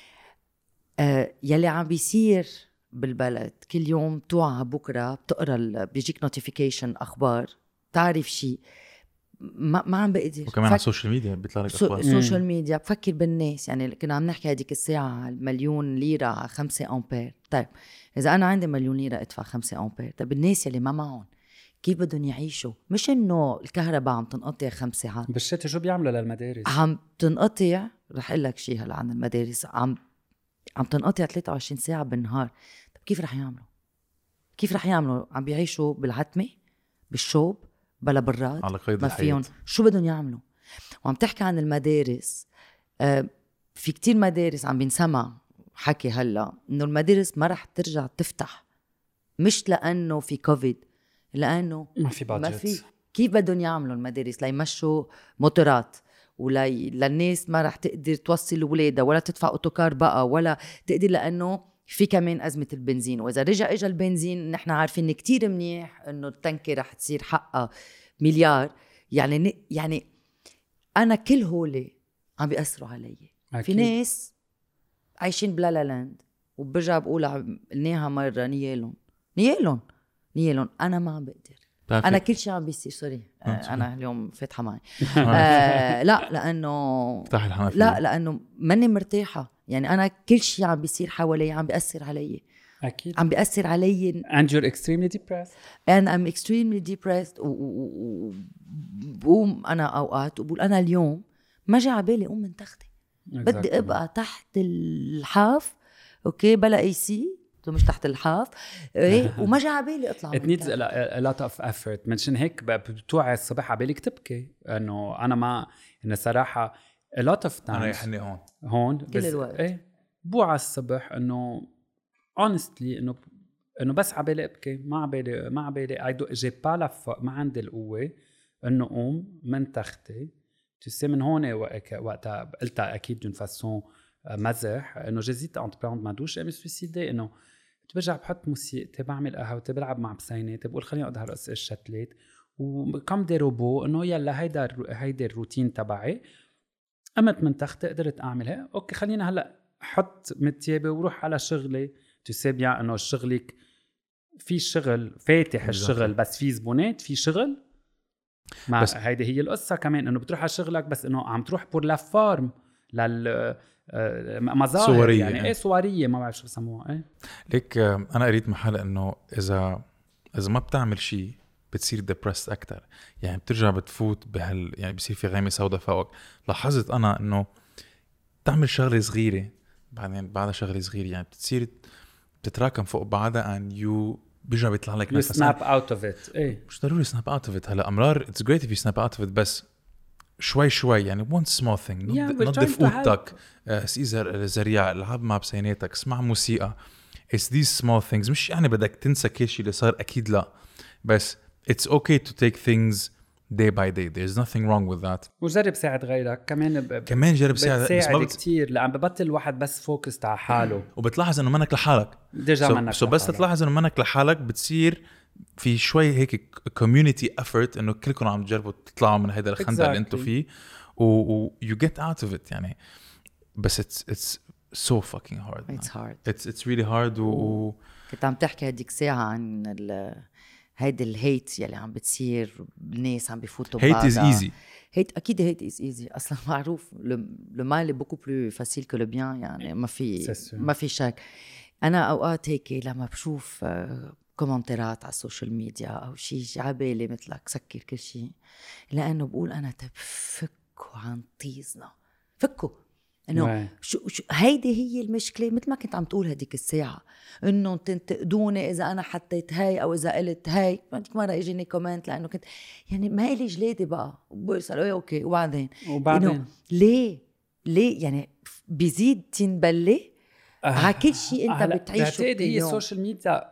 آه يلي عم بيصير بالبلد كل يوم توعى بكره بتقرا بيجيك نوتيفيكيشن اخبار تعرف شيء. ما ما عم بقدر. وكمان على السوشيال ميديا بيطلع لك اخبار. السوشيال ميديا بفكر بالناس. يعني كنا عم نحكي هذيك الساعه المليون ليره على خمسة امبير. طيب اذا انا عندي مليون ليره ادفع خمسة امبير، طيب الناس اللي ما معهم كيف بدهم يعيشوا؟ مش انه الكهرباء عم تنقطع خمس ساعات بالشتاء، شو بيعملوا للمدارس؟ عم تنقطع. رح اقول لك شيء هلا عن المدارس، عم عم تنقطع ثلاثة وعشرين ساعه بالنهار. طيب كيف رح يعملوا؟ كيف رح يعملوا؟ عم بيعيشوا بالعتمه بالشوب بلا براد على قيد ما فيهم. شو بدهم يعملوا؟ وعم تحكي عن المدارس. آه في كتير مدارس عم بنسمع حكي هلا انه المدارس ما رح ترجع تفتح، مش لانه في كوفيد، لانه ما في بادجت. ما في. كيف بدهم يعملوا المدارس ليمشوا موتورات، ولا للناس ما رح تقدر توصل ولادها ولا تدفع اوتوكار بقى ولا تقدر، لانه في كمان أزمة البنزين. وإذا رجع إجا البنزين نحن عارفين كتير منيح إنه التنكة رح تصير حقها مليار. يعني يعني أنا كل هولي عم بيأثروا علي. في ناس عايشين بلا لا لاند، وبرجع بقول قلناها مرة نيالون نيالون نيالون. أنا ما عم بقدر. أنا كل شيء عم بيصير سوري آه أنا اليوم فاتحة معي آه لا لأنه لا لأنه ماني مرتاحة. يعني أنا كل شيء عم بيصير حوالي عم بيأثر علي. أكيد عم بيأثر علي. And you're extremely depressed. And I'm extremely depressed. وبقوم أنا أوقات وبقول أنا اليوم ما جاء عبالي أقوم من تختي. exactly. بدي أبقى تحت الحاف أوكي بلا أي سي، مش تحت الحاف إيه وما جاء عبالي أطلع. It needs a lot of effort. منشان هيك بتوعي الصبح عبالك تبكي إنه أنا ما إنه صراحة a lot of times أنا يحني هون هون كل الوقت إيه بوعى الصبح إنه honestly إنه إنه بس عبالي أبكي، ما عبالي ما عبالي I do j'ai pas la force، ما عندي القوة إنه قوم من تختي. تسي من هون وقتها قلتها أكيد d'une façon مزح إنه جزيت أنت prendre ma douche et me suicider. إنه برجع بحط موسيقتي بعمل قهوتي بلعب مع بسيناتي بقول خليني اقعد هرقص الشتلات وكم دي روبو انه يلا هيدا هيدا الروتين تبعي. قمت من تختي قدرت اعملها اوكي خلينا هلا احط متيابه وروح على شغلي. تسابيع انه شغلك في شغل فاتح الشغل بس في زبونات في شغل مع بس هيدي هي القصه كمان انه بتروح على شغلك بس انه عم تروح بور لا فارم لل مظاهر صورية يعني ايه صوريه ما بعرف شو بسموها ايه. ليك انا قريت محل انه اذا اذا ما بتعمل شيء بتصير ديبرست اكتر يعني بترجع بتفوت بهال يعني بصير في غيمه سوداء فوقك. لاحظت انا انه تعمل شغله صغيره بعدين بعدها شغله صغيره يعني بتصير بتتراكم فوق بعضها and you بيرجع بيطلع لك نفس snap out of it. ايه مش ضروري snap out of it. هلا امرار it's great if you snap out of it بس شوي شوي يعني one small thing yeah, نظف اوضتك سيزر زريع العب مع بسيناتك اسمع موسيقى. it's these small things مش يعني بدك تنسى كل شيء اللي صار اكيد لا بس it's okay to take things day by day. There's nothing wrong with that. وجرب ساعد غيرك كمان ب... كمان جرب ساعد بس ما بت... كتير لأن ببطل الواحد بس فوكس على حاله وبتلاحظ انه منك لحالك ديجا so, منك so بس تلاحظ انه منك لحالك بتصير في شوي هيك community effort انه كلكم عم تجربوا تطلعوا من هيدا الخندق exactly. اللي انتوا فيه و, و you get out of it يعني بس it's it's so fucking hard. It's hard. It's it's really hard. و, و... كنت عم تحكي هديك ساعة عن ال هيدا الهيت يلي عم بتصير الناس عم بيفوتوا بعضها. Hate is easy. هيت أكيد هيت is easy أصلا معروف. le mal est beaucoup plus facile que le bien يعني ما في ما في شك. أنا أوقات هيك لما بشوف كومنتات على السوشيال ميديا أو شيء عبالي مثلك سكر كل شيء لأنه بقول أنا تفكوا عن طيزنا فكوا انه شو شو هيدي هي المشكله. مثل ما كنت عم تقول هديك الساعه انه تنتقدوني اذا انا حطيت هاي او اذا قلت هاي. عندك مره اجيني كومنت لانه كنت يعني ما لي جلادي بقى بسال ايه اوكي وبعدين وبعدين ليه ليه يعني بيزيد تنبلي آه على كل شيء انت بتعيشه. هي السوشيال ميديا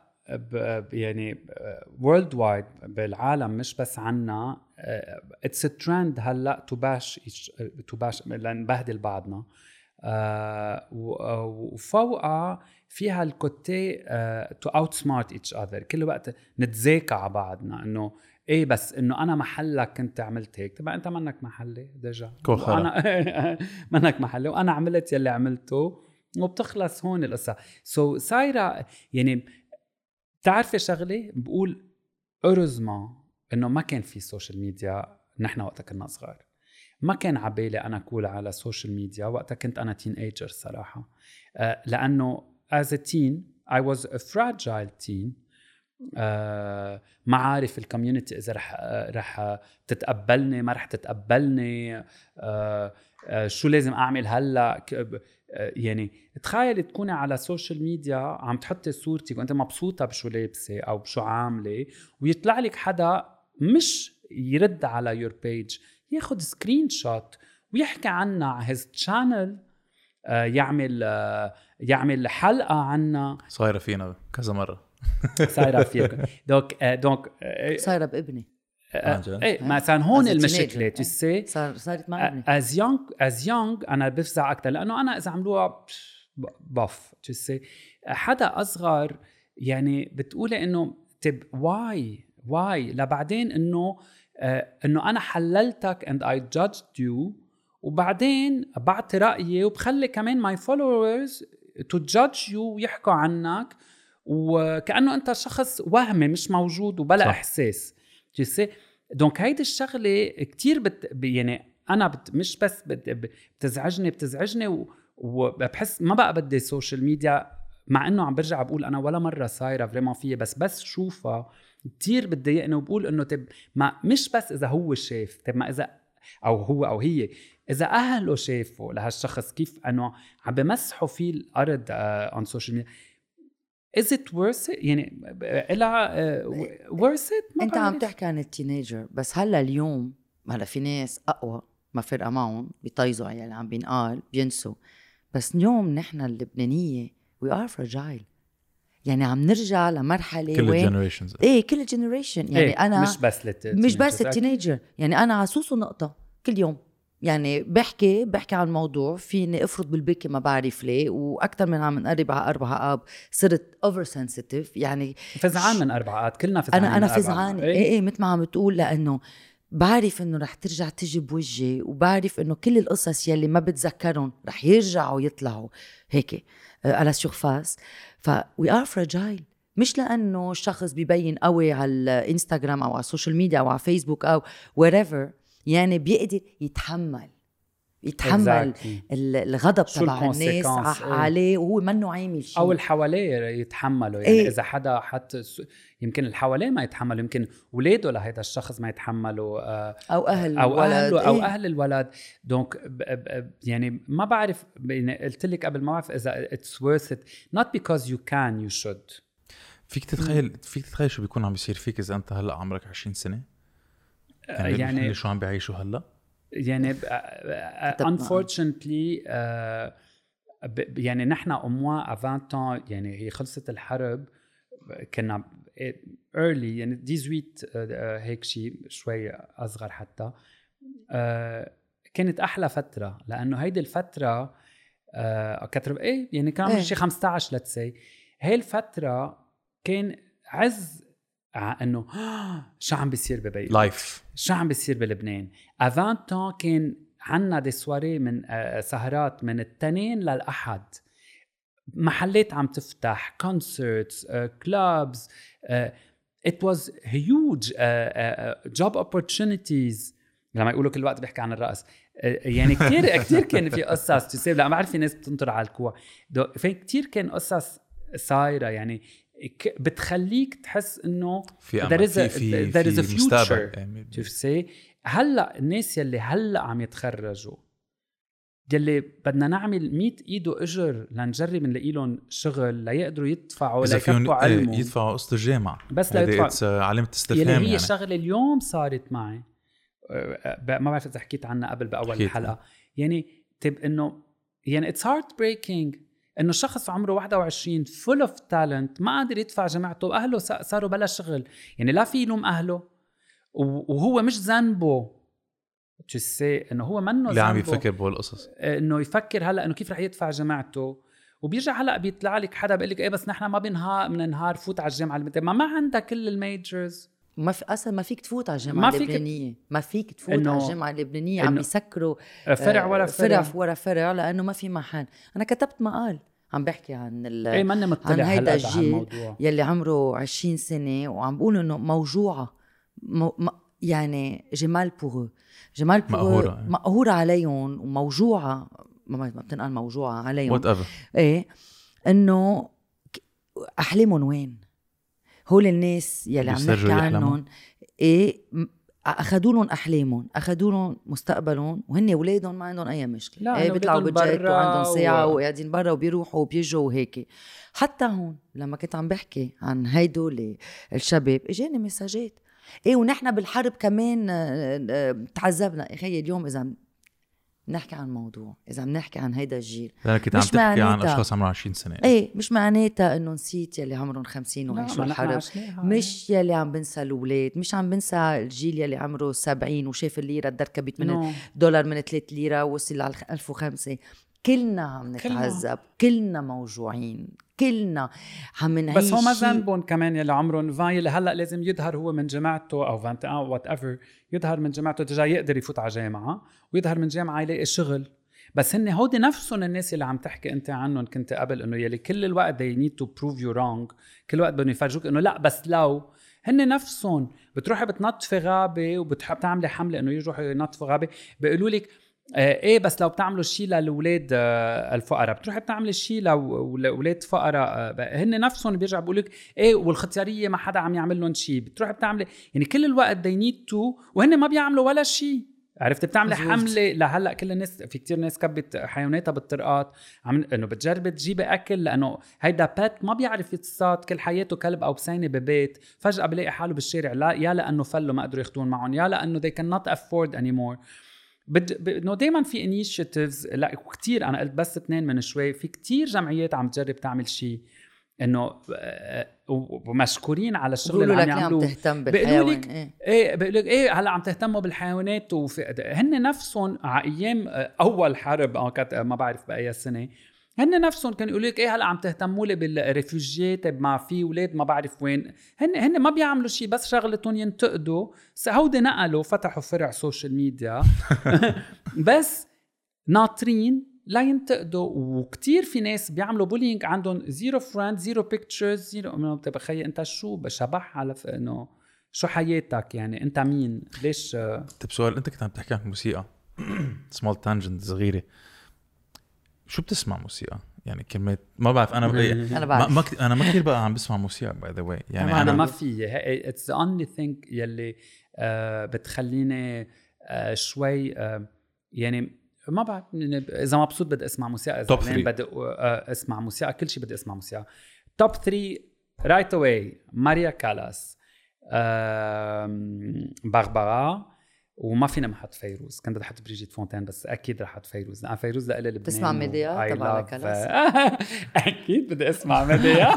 يعني وورلد وايد بالعالم مش بس عنا اتس ترند هلا تباش تباش لنبهدل بعضنا وفوقها فيها الكوتي تو اوت سمارت ايتش اذر كل وقت نتذاكى على بعضنا انه ايه بس انه انا محلك كنت عملت هيك تبع انت منك محلي ديجا انا منك محلي وانا عملت يلي عملته وبتخلص هون القصه. سو so, صايره يعني تعرفي شغله بقول أرزما انه ما كان في سوشيال ميديا نحن وقتا كنا صغار. ما كان عبالي انا اقول على سوشيال ميديا وقتا كنت انا تين ايجر صراحه أه لانه as a teen I was a fragile teen. أه ما عارف الكوميونتي اذا رح رح تتقبلني ما رح تتقبلني أه أه شو لازم اعمل هلا يعني تخيل تكوني على السوشيال ميديا عم تحطي صورتك وانت مبسوطة بشو لابسة او بشو عاملة ويطلع لك حدا مش يرد على يور بيج ياخد سكرين شوت ويحكي عنا على هيز تشانل يعمل يعمل حلقة عنا. صايرة فينا كذا مرة صايرة فيك دوك دوك صايرة بابني ايه مثلا هون المشكله تسي صار صارت مع ابني از يونغ از يونغ انا بفزع اكثر لانه انا اذا عملوها بف تسي حدا اصغر يعني بتقولي انه طب واي واي لبعدين انه آه انه انا حللتك and I judged you وبعدين بعطي رايي وبخلي كمان my followers to judge you ويحكوا عنك وكانه انت شخص وهمي مش موجود وبلا صح. احساس تسي. دونك هيدي الشغله كتير بت يعني انا بت مش بس بت بتزعجني بتزعجني وبحس ما بقى بدي السوشيال ميديا مع انه عم برجع بقول انا ولا مره صايره فريمون فيها بس بس شوفها كتير بتضايقني وبقول انه طب ما مش بس اذا هو شاف طب ما اذا او هو او هي اذا اهله شافوا لهالشخص كيف انه عم بمسحوا فيه الارض اون سوشيال ميديا is it worth it يعني إلا uh, worth it. انت عم تحكي عن التينيجر بس هلا اليوم هلا في ناس اقوى ما فرقه معهم بيطيزوا على اللي عم بينقال بينسوا بس اليوم نحن اللبنانيه we are fragile يعني عم نرجع لمرحله كل وين الجنريشنز ايه كل الجنريشن يعني إيه انا مش بس مش بس التينيجر يعني انا عسوسه نقطه كل يوم يعني بحكي بحكي عن موضوع فيني افرض بالبكي ما بعرف ليه، واكثر من عم نقرب على اربع اب صرت اوفر سنسيتيف. يعني فزعان من اربعات، كلنا فزعانين. انا انا فزعانه ايه ايه مثل ما عم بتقول، لانه بعرف انه رح ترجع تجي بوجهي، وبعرف انه كل القصص يلي ما بتذكرهم رح يرجعوا يطلعوا هيك على السيرفاس. ف we are fragile، مش لانه الشخص بيبين قوي على الانستغرام او على السوشيال ميديا او على فيسبوك او wherever، يعني بيقدر يتحمل يتحمل exactly. الغضب تبع الناس ايه. عليه وهو منه عامل شيء، او الحواليه يتحملوا. يعني ايه؟ اذا حدا حط يمكن الحواليه ما يتحملوا، يمكن اولاده لهيدا الشخص ما يتحملوا، او اهل او الولد اهله او ايه؟ اهل الولد. دونك يعني ما بعرف، يعني قلت لك قبل ما بعرف اذا it's worth it not because you can you should. فيك تتخيل فيك تتخيل شو بيكون عم بيصير فيك اذا انت هلا عمرك عشرين سنه؟ يعني, يعني شو عم بيعيشوا هلا؟ يعني unfortunately uh, يعني نحن أموا أفانتون، يعني هي خلصت الحرب كنا early، يعني ديزويت uh, هيك شيء شوي أصغر حتى. uh, كانت أحلى فترة، لأنه هيدي الفترة uh, كتر إيه يعني كان عمري شيء خمسة عشر لتسي. هاي الفترة كان عز انه شو عم بيصير ببيروت، لايف شو عم بيصير بلبنان. افانتون كان عنا دي سواري من سهرات من التنين للأحد، محلات عم تفتح، كونسرتس، كلابز. it was huge uh, uh, job opportunities. لما يقولوا كل وقت بيحكي عن الرقص، uh, يعني كتير كتير كان في قصص تسيب. لا ما بعرف في ناس بتنطر على الكوع، في كتير كان قصص صايرة يعني بتخليك تحس انه في there is a, في there is a في future. تفسي هلا الناس يلي هلا عم يتخرجوا، يلي بدنا نعمل مية ايد واجر لنجرب نلاقي لهم شغل ليقدروا يدفعوا ليكفوا علمهم، يدفعوا قسط الجامعه، بس ليدفعوا علامه استفهام. يلي هي يعني شغله اليوم صارت معي، ما بعرف اذا حكيت عنها قبل باول الحلقه. يعني تب انه يعني it's heartbreaking انه شخص عمره واحد وعشرين full of talent ما قادر يدفع جامعته، واهله صاروا بلا شغل. يعني لا في يلوم اهله، وهو مش ذنبه. تشسي انه هو منه ذنبه، اللي عم يفكر بهالقصص انه يفكر هلا انه كيف رح يدفع جامعته. وبيرجع هلا بيطلع لك حدا بيقول لك ايه بس نحن ما بنهار من نهار فوت على الجامعه اللي ما, ما عندك كل الميجرز. ما في اصلا ما فيك تفوت على الجامعه اللبنانيه، ما فيك تفوت على الجامعه اللبنانيه. عم يسكروا فرع ورا فرع فرع ورا فرع لانه ما في محل. انا كتبت مقال عم بحكي عن ال ايه ماني مطلع عن هيدا الجيل يلي عمره عشرين سنه، وعم بقول انه موجوعه مو م... يعني جمال بوغو جمال بوغو مقهورة مقهورة عليهم وموجوعة، ما بتنقال موجوعة عليهم whatever. ايه انه احلامهم وين؟ هول الناس يلي عم نحكي عنهم ايه اخذوا لهم احلامهم، اخذوا لهم مستقبلهم، وهن اولادهم ما عندهم اي مشكله. ايه بيطلعوا بالجيت وعندهم ساعه و... وقاعدين برا وبيروحوا وبيجوا وهيك. حتى هون لما كنت عم بحكي عن هيدول الشباب اجاني مساجات ايه ونحن بالحرب كمان تعذبنا. اخي اليوم اذا نحكي عن موضوع، اذا بنحكي عن هيدا الجيل، انا كنت عم تحكي عن اشخاص عمرهم عشرين سنه، ايه مش معناتها انه نسيت يلي عمرهم خمسين وعيشوا الحرب، مش يلي عم بنسى الاولاد، مش عم بنسى الجيل يلي عمره سبعين وشاف الليره تركبت من no. دولار من ثلاث ليره وصل على ألف وخمسة. كلنا عم نتعذب، كلنا موجوعين، كلنا عم نعيش. بس هو ما ذنبهم كمان يلي عمرهم فان يلي هلا لازم يظهر هو من جامعته او فانت او وات ايفر، يظهر من جامعته تجا يقدر يفوت على جامعه، ويظهر من جامعه يلاقي شغل. بس هن هودي نفسهم الناس اللي عم تحكي انت عنهم كنت قبل، انه يلي كل الوقت they need to prove you wrong، كل وقت بدهم يفرجوك انه لا بس لو هن نفسهم بتروحي بتنطفي غابه وبتحب تعملي حمله انه يروحوا ينطفوا غابه، بيقولوا لك ايه بس لو بتعملوا شيء للاولاد الفقراء بتروحي بتعملي شيء لاولاد فقراء، هن نفسهم بيرجعوا بيقولوا لك ايه والختياريه ما حدا عم يعمل لهم شيء، بتروحي بتعملي يعني كل الوقت they need to، وهن ما بيعملوا ولا شيء. عرفت بتعملي حمله لهلا كل الناس، في كتير ناس كبت حيواناتها بالطرقات عم انه بتجرب تجيب اكل، لانه هيدا بات ما بيعرف يتصاد كل حياته كلب او بسينه ببيت، فجاه بلاقي حاله بالشارع، لا يا لانه فلوا ما قدروا ياخذون معهم، يا لانه they cannot afford anymore. بد انه دائما في انيشيتيفز، لا كتير، انا قلت بس اثنين من شوي، في كتير جمعيات عم تجرب تعمل شيء انه آه، ومشكورين على الشغل بيقولوا اللي لك عم عم يعملوه. تهتم بيقولوا بالحيوان. لك ايه, ايه بيقولوا لك ايه هلا عم تهتموا بالحيوانات. وفي هن نفسهم على ايام اول حرب او كانت ما بعرف باي سنه، هن نفسهم كانوا يقولوا لك ايه هلا عم تهتموا لي بالريفوجيات، ما في اولاد ما بعرف وين. هن هن ما بيعملوا شيء، بس شغلتهم ينتقدوا. هودي نقلوا فتحوا فرع سوشيال ميديا بس ناطرين لا ينتقدوا. وكتير في ناس بيعملوا بولينج عندهم زيرو فريند زيرو بيكتشرز زيرو. بتخيل انت شو بشبح على انه شو حياتك يعني، انت مين ليش؟ طيب سؤال، انت كنت عم تحكي عن الموسيقى سمول تانجنت صغيره، شو بتسمع موسيقى يعني؟ كلمه ما بعرف انا انا بعرف ما, ما كت... انا ما كثير بقى عم بسمع موسيقى باي ذا واي يعني. انا, أنا ما في اتس ذا اونلي ثينج يلي uh, بتخليني uh, شوي uh, يعني ما بعرف اذا مبسوط بدي اسمع موسيقى، اذا بدي uh, اسمع موسيقى، كل شيء بدي اسمع موسيقى. توب ثلاثة رايت اواي ماريا كالاس، باربارا، وما فينا نحط فيروز. كنت بدي احط بريجيت فونتين بس اكيد رح احط فيروز لان فيروز لها لبنان. بتسمع ميديا تبع كلاس؟ اكيد بدي اسمع ميديا.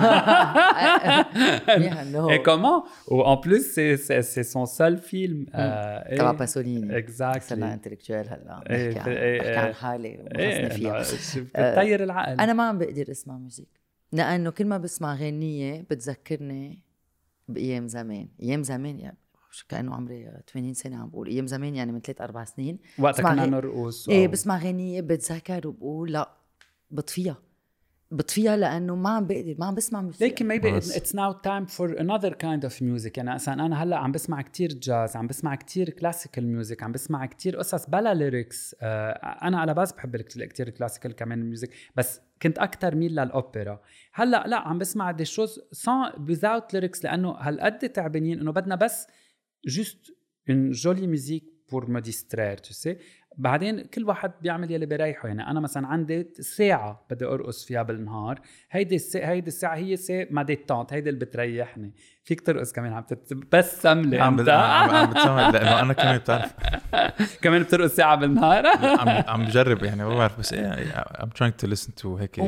اي كومون و ان بليس سي سي سون سول فيلم تبع باسوليني. اكزاكتلي انا انتلكتوال هلا بحكي عن حالي وحسني فيها. بتطير العقل. انا ما عم بقدر اسمع موسيقى لانه كل ما بسمع غنيه بتذكرني بايام زمان. ايام زمان يعني كأنه عمري ثمانين سنة عم بقول أيام زمان يعني من ثلاث أربع سنين وقتها كنا نرقص. إيه بسمع غنية بتذكر وبقول لا بطفيها بطفيها لأنه ما عم بقدر ما عم بسمع موسيقى. لكن maybe it's now time for another kind of music. يعني أصلا أنا هلأ عم بسمع كتير جاز، عم بسمع كتير كلاسيكال ميوزك، عم بسمع كتير قصص بلا ليركس. آه أنا على باز بحب كتير كلاسيكال كمان ميوزك، بس كنت أكتر ميل للأوبرا. هلأ لا عم بسمع دي شوز sans without lyrics لأنه هالقد تعبانين إنه بدنا بس juste une jolie musique pour me distraire tu sais. بعدين كل واحد بيعمل يلي بريحه. يعني أنا مثلا عندي ساعة بدي أرقص فيها بالنهار، هيدي الساعة هيدي الساعة هي ساعة ما ديتانت، هيدي اللي بتريحني. فيك ترقص كمان عم تتبسم لي عم بت... عم بتسمع لأنه أنا كمان بتعرف كمان بترقص ساعة بالنهار. عم عم بجرب يعني ما بعرف بس إيه I'm trying to listen to هيك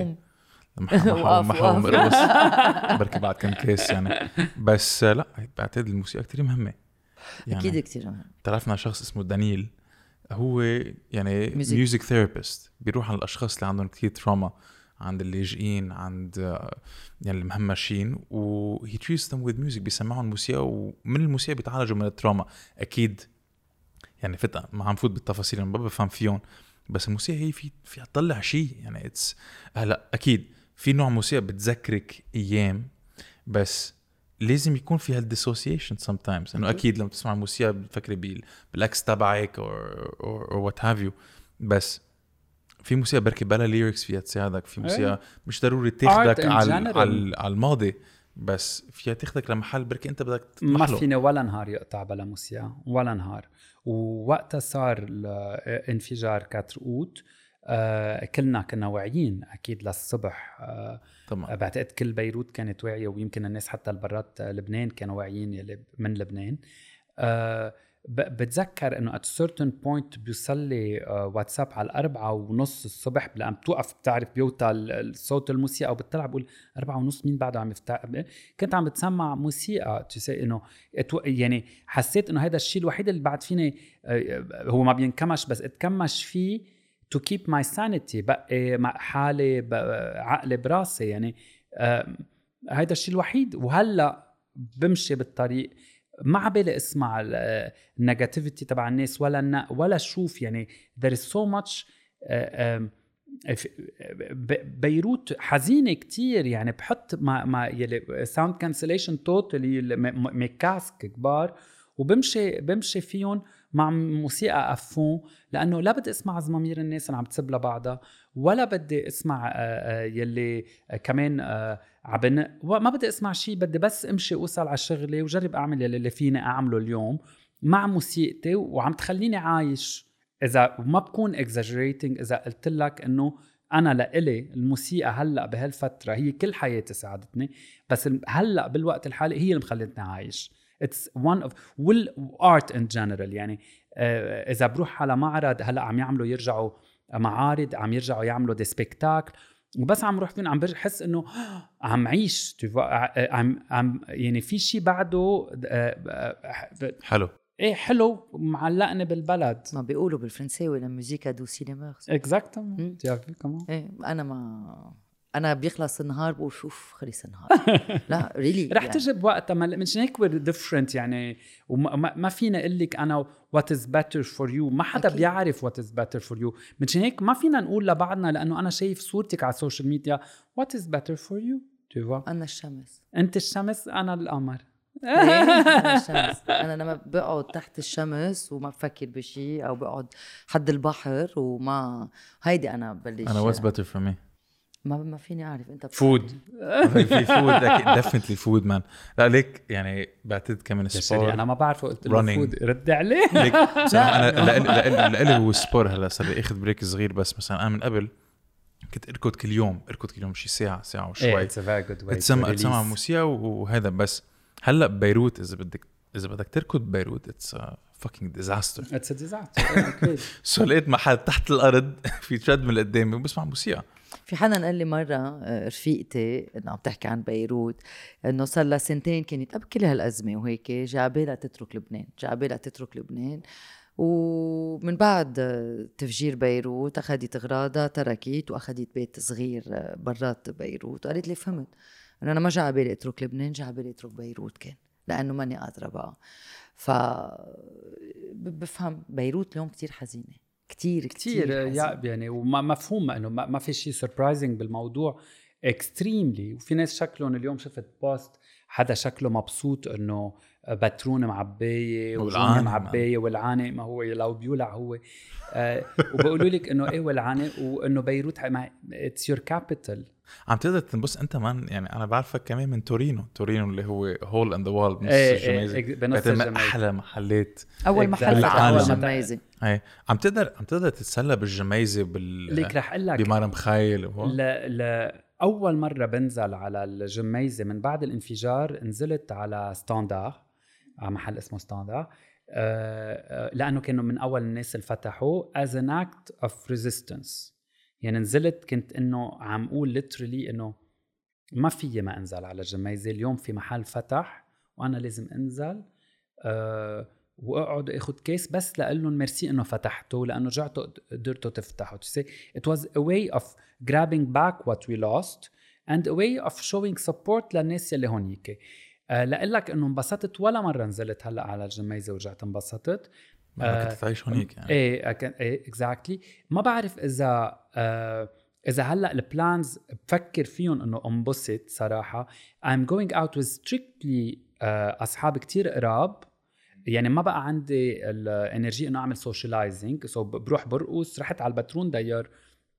محاوم محاوم رقص بركي بعد كم كيس يعني. بس لا بعتقد الموسيقى كتير مهمة يعني. أكيد كتير مهم. تعرفنا شخص اسمه دانييل، هو يعني ميوزك ثيرابيست، بيروح على الأشخاص اللي عندهم كتير تراما، عند اللاجئين، عند يعني المهمشين، و he treats them with music، بيسمعهم موسيقى ومن الموسيقى بيتعالجوا من التراما. أكيد يعني فتة ما عم فوت بالتفاصيل ما بفهم فيهم، بس الموسيقى هي في فيها تطلع شيء يعني. it's هلا أكيد في نوع موسيقى بتذكرك أيام، بس لازم يكون في هالديسوسيشن sometimes. إنه أكيد لما تسمع موسيقى بتفكري بالأكس تبعك or or or what have you، بس في موسيقى بركي بلا ليركس فيها تساعدك. في موسيقى مش ضروري تاخدك على على على الماضي، بس فيها تاخدك لمحل بركي أنت بدك تمحله. ما فينا ولا نهار يقطع بلا موسيقى ولا نهار. ووقتها صار انفجار كاترقوت آه كلنا كنا واعيين أكيد للصبح. آه طبعا بعتقد كل بيروت كانت واعية، ويمكن الناس حتى البرات لبنان كانوا واعيين يلي من لبنان. آه بتذكر انه at certain point بيوصل لي آه واتساب على الأربعة ونص الصبح لما بتوقف بتعرف بيوتا الصوت الموسيقى وبتطلع بقول أربعة ونص مين بعده عم يفتح. كنت عم بتسمع موسيقى تسي انه يعني حسيت انه هذا الشيء الوحيد اللي بعد فيني آه هو ما بينكمش بس اتكمش فيه to keep my sanity، بقى مع حالي عقلي براسي يعني. آه هيدا الشيء الوحيد. وهلأ بمشي بالطريق ما عبالي اسمع النيجاتيفيتي تبع الناس ولا ولا شوف يعني. there is so much آه آه بيروت حزينة كتير يعني. بحط ما ما يلي sound cancellation totally ميكاسك كبار وبمشي بمشي فيهم مع موسيقى أفون، لأنه لا بدي أسمع زمامير الناس اللي عم تسب لبعضها، ولا بدي أسمع يلي كمان عبن، وما بدي أسمع شيء. بدي بس أمشي أوصل على شغلي وجرب أعمل يلي فيني أعمله اليوم مع موسيقتي وعم تخليني عايش. إذا ما بكون exaggerating إذا قلت لك إنه أنا لإلي الموسيقى هلأ بهالفترة هي كل حياتي ساعدتني، بس هلأ بالوقت الحالي هي اللي مخلتني عايش. It's one of والart in general يعني. آه إذا بروح على معرض هلأ عم يعملوا يرجعوا معارض، عم يرجعوا يعملوا دي سبيكتاكل، وبس عم روح فين عم بحس انه عم عيش عم عم يعني في شيء بعده حلو. ايه حلو معلقني بالبلد. ما بيقولوا بالفرنساوي لا ميوزيكا دو سينما اكزاكتومون تعرفي كمان. ايه انا ما انا بيخلص النهار بقول شوف خلص النهار. لا ريلي رح يعني. تجي بوقتها مش هيك وير ديفرنت يعني وما ما فينا اقول لك انا وات از بيتر فور يو ما حدا أكيد. بيعرف وات از بيتر فور يو مش هيك ما فينا نقول لبعضنا لانه انا شايف صورتك على السوشيال ميديا وات از بيتر فور يو تو انا الشمس انت الشمس انا القمر. أنا الشمس. انا لما بقعد تحت الشمس وما بفكر بشيء او بقعد حد البحر وما هيدي انا ببلش انا واتس بيتر فور مي ما ما فيني اعرف انت فود في فود ديفنتلي فود مان. لا ليك يعني بعتقد كمان السبور انا ما بعرفه قلت له فود رد عليه. ليك انا لا لا هو السبور هلا صار لي اخذ بريك صغير بس مثلا انا من قبل كنت اركض كل يوم اركض كل يوم شي ساعه ساعه وشوي اتسمع اتسمع موسيقى وهذا بس. هلا ببيروت اذا بدك اذا بدك تركض ببيروت اتس fucking disaster it's a disaster. سو لقيت محل تحت الارض في ترد من قدامي وبسمع موسيقى. في حدا قال لي مرة رفيقتي إنه عم تحكي عن بيروت إنه صار لها سنتين كانت قبل كل هالأزمة وهيك جابلها تترك لبنان جابلها تترك لبنان ومن بعد تفجير بيروت أخذت أغراضها تركت وأخذت بيت صغير برات بيروت وقالت لي فهمت إنه أنا ما جابلي أترك لبنان جابلي أترك بيروت كان لأنه ماني قادرة بقى. ف بفهم بيروت اليوم كتير حزينة كتير كتير, كتير يعني وما مفهوم انه ما في شيء سربرايزنج بالموضوع اكستريملي. وفي ناس شكلهم اليوم شفت بوست حدا شكله مبسوط انه بترون معبايه وجونه معبايه والعانه ما هو لو بيولع هو آه وبقولوا لك انه ايه والعانه وانه بيروت اتس يور كابيتال. عم تقدر تنبص انت مان يعني انا بعرفك كمان من تورينو تورينو اللي هو هول اند ذا وول بنص الجميزه بنص الجميزه احلى محلات اول محل على الجميزه. اي عم تقدر عم تقدر تتسلى بالجميزه بال ليك رح اقول لك بمار مخيل لا لا اول مره بنزل على الجميزه من بعد الانفجار نزلت على ستاندار على محل اسمه ستاندار أه لانه كانوا من اول الناس اللي فتحوا as an act of resistance. يعني نزلت كنت انه عم اقول literally انه ما في ما انزل على الجميزه اليوم في محل فتح وانا لازم انزل أه واقعد اخد كيس بس لاقول لهم ميرسي انه فتحته لانه رجعتوا قدرتوا تفتحوا. it was a way of grabbing back what we lost and a way of showing support للناس اللي هونيك. أه لاقول لك انه انبسطت ولا مره نزلت هلا على الجميزه ورجعت انبسطت. ما كنت تعيش هونيك يعني. ايه ايه اكزاكتلي. ما بعرف اذا آه اذا هلا البلانز بفكر فيهم انه انبسط صراحه. I'm going out with strictly آه اصحاب كتير قراب يعني ما بقى عندي الانرجي انه اعمل سوشيالايزنج سو بروح برقص. رحت على البترون داير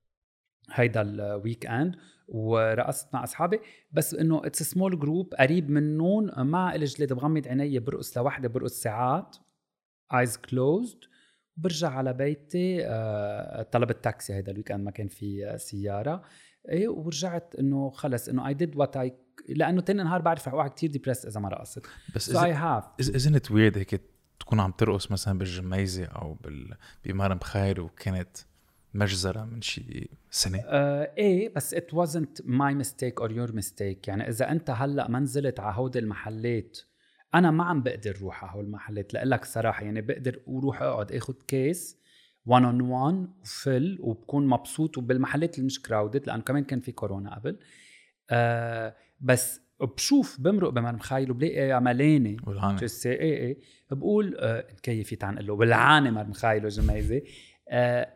هيدا الويك اند ورقصت مع اصحابي بس انه اتس سمول جروب قريب منهم ما إلي جلد بغمض عيني برقص لوحدي برقص ساعات eyes closed وبرجع على بيتي. آه طلبت تاكسي هيدا الويك اند ما كان في سياره ايه ورجعت انه خلص انه I did what I لانه تاني نهار بعرف رح اوقع كتير ديبرس اذا ما رقصت. بس so I have isn't it weird هيك تكون عم ترقص مثلا بالجميزه او بال بمار مخير وكانت مجزرة من شي سنة آه ايه بس it wasn't my mistake or your mistake. يعني اذا انت هلأ ما نزلت على هود المحلات انا ما عم بقدر روح على هول المحلات لأقلك صراحة. يعني بقدر اروح اقعد اخد كيس one on one وفل وبكون مبسوط وبالمحلات اللي مش كراودد لانه كمان كان في كورونا قبل. آه بس بشوف بمرق بمر مخيل وبلاقي عملاني جسي ايه ايه بقول آه كيفيت عن له والعاني مر مخيل وجميزة. آه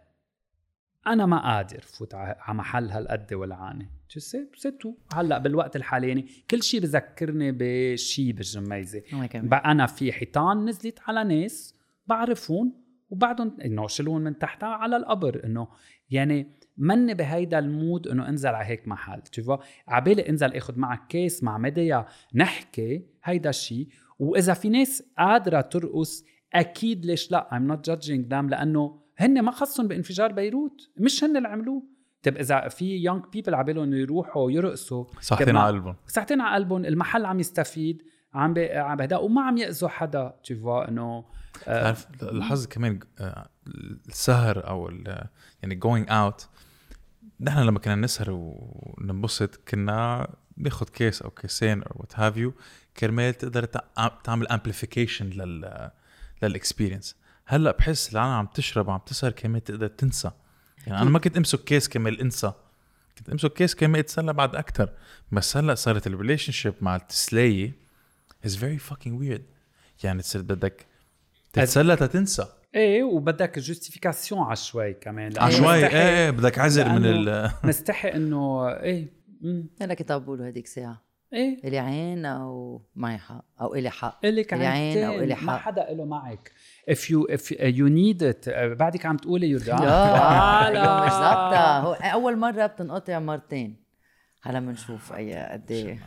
أنا ما قادر فوت على محل هالقد والعاني جسي ستو هلأ بالوقت الحالي. يعني كل شيء بذكرني بشي بالجميزة. بقى أنا في حيطان نزلت على ناس بعرفون وبعدهم إنه شلون من تحتها على القبر. إنه يعني مني بهيدا المود إنه انزل على هيك محل تشوفوا عبالي انزل اخد معك كيس مع ميديا نحكي هيدا الشيء. وإذا في ناس قادرة ترقص أكيد ليش لا I'm not judging them لأنه هن ما خصهم بانفجار بيروت مش هن اللي عملوه. طب إذا في young people عبالهم إنه يروحوا يرقصوا ساعتين على قلبهم ساعتين على قلبهم المحل عم يستفيد عم بهدا وما عم يأذوا حدا تشوفوا إنه تعرف الحظ كمان السهر أو يعني going out نحن لما كنا نسهر وننبسط كنا ناخد كيس او كيسين او وات هاف يو كرمال تقدر تعمل امبليفيكيشن لل للاكسبيرينس. هلا بحس العالم عم تشرب عم تسهر كمان تقدر تنسى. يعني انا ما كنت امسك كيس كمان انسى، كنت امسك كيس كمان اتسلى بعد اكتر. بس هلا صارت الريليشن شيب مع التسلية is very fucking weird. يعني تصير بدك تتسلى تتنسى. ايه وبدك جوستيفيكاسيون على شوي كمان عشوائي. ايه بدك عذر من ال مستحي انه ايه انا كنت بقوله هديك ساعه ايه الي عين او معي حق او الي حق الك عين او الي حق ما حدا له معك if you if you need it بعدك عم تقولي يرجع لا مش ظابطه. هو اول مره بتنقطع مرتين هلا بنشوف اي قد ايه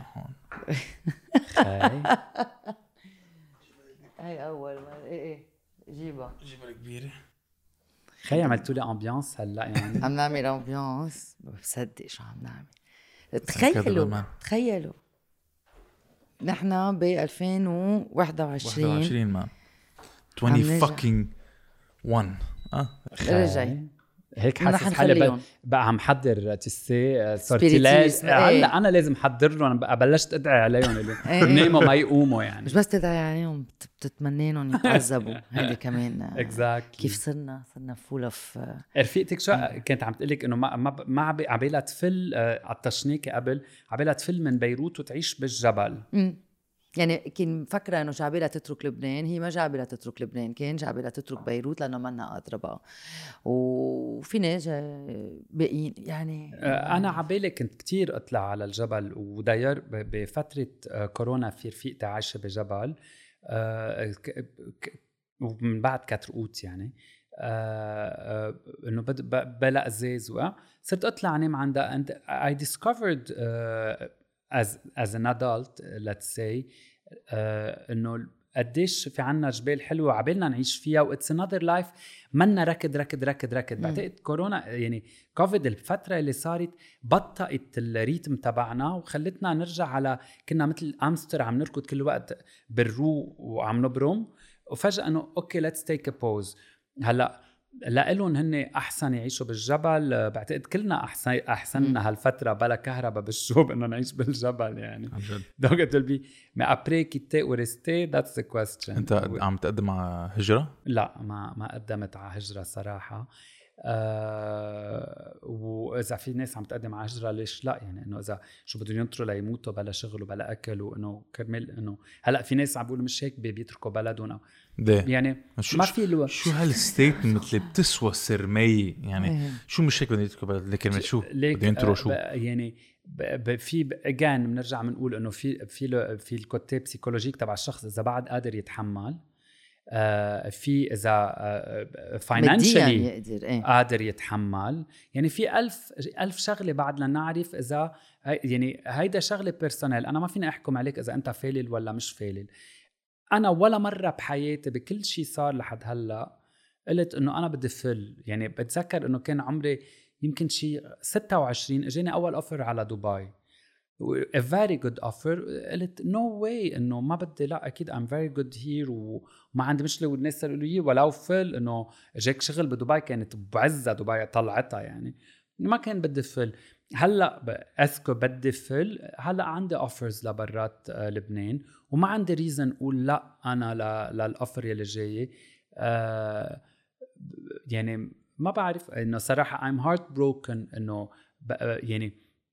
هاي اول مره. ايه ايه جيبها جيبها كبيره خي عملتوا لي امبيانس هلا يعني عم نعمل امبيانس ما بصدق شو عم نعمل. تخيلوا تخيلوا نحن ب ألفين وواحد وعشرين واحد وعشرين ما عشرين fucking one اه رجعي هيك حاسس حالي بقى عم حضر تسي سورتيلاج هلا انا لازم احضر لهم بقى بلشت ادعي عليهم اللي بناموا ما يقوموا يعني مش بس تدعي عليهم بتتمنينهم يتعذبوا. هيدي كمان exactly. كيف صرنا صرنا فول اوف. رفيقتك شو كانت عم تقلك انه ما ما, ما عبالها تفل على التشنيكه قبل عبالها تفل من بيروت وتعيش بالجبل. امم يعني كان مفكرة إنه جعبالها تترك لبنان. هي ما جعبالها تترك لبنان، كان جعبالها تترك بيروت لأنه ما لنا قادرة بقى. وفي ناس باقيين يعني أنا عبالي كنت كتير أطلع على الجبل وداير بفترة كورونا في رفيقتي عايشة بجبل ومن بعد كترقوت يعني إنه بلا أزاز وقع صرت أطلع أنام عندها and I discovered uh, as as an adult let's say uh, انه قديش في عنا جبال حلوه عبالنا نعيش فيها و it's another life منا ركض ركض ركض ركض. بعتقد كورونا يعني كوفيد الفتره اللي صارت بطئت الريتم تبعنا وخلتنا نرجع على كنا مثل امستر عم نركض كل وقت بالرو وعم نبرم وفجاه انه اوكي let's take a pause. هلا لقلهم هن أحسن يعيشوا بالجبل. بعتقد كلنا أحسن أحسننا هالفترة بلا كهرباء بالشوب إنه نعيش بالجبل يعني. donc it will be mais après quitter ou rester that's the question. أنت عم تقدم على هجرة؟ لا ما ما قدمت على هجرة صراحة. أه وإذا في ناس عم تقدم على هجرة ليش لا يعني إنه إذا شو بدهم ينطروا ليموتوا بلا شغل وبلا أكل وإنه كرمال إنه هلأ في ناس عم بيقولوا مش هيك بيتركوا بلدهم يعني ما في لو شو هالستيتمنت اللي بتسوى سرمية يعني شو مش هيك بدهم يتركوا بلد لكن شو بدهم ينطروا شو يعني في اجان بنرجع بنقول إنه في في في الكوتي بسيكولوجيك تبع الشخص إذا بعد قادر يتحمل آه في إذا آه فاينانشالي ايه. قادر يتحمل يعني في ألف ألف شغلة بعد لنعرف إذا يعني هيدا شغلة بيرسونال. أنا ما فيني أحكم عليك إذا أنت فالل ولا مش فالل. أنا ولا مرة بحياتي بكل شيء صار لحد هلأ قلت إنه أنا بدي فل. يعني بتذكر إنه كان عمري يمكن شيء ستة وعشرين اجاني أول أوفر على دبي a very good offer. قلت no way إنه ما بدي لا أكيد I'm very good here وما عندي مشكلة. والناس قالوا لي ولو فل إنه جاك شغل بدبي كانت بعزة دبي طلعتها يعني ما كان بدي فل. هلأ أسكو بدي فل هلأ عندي offers لبرات لبنان وما عندي ريزن أقول لا أنا للأوفر يلي جاي. آه يعني ما بعرف إنه صراحة I'm heartbroken إنه يعني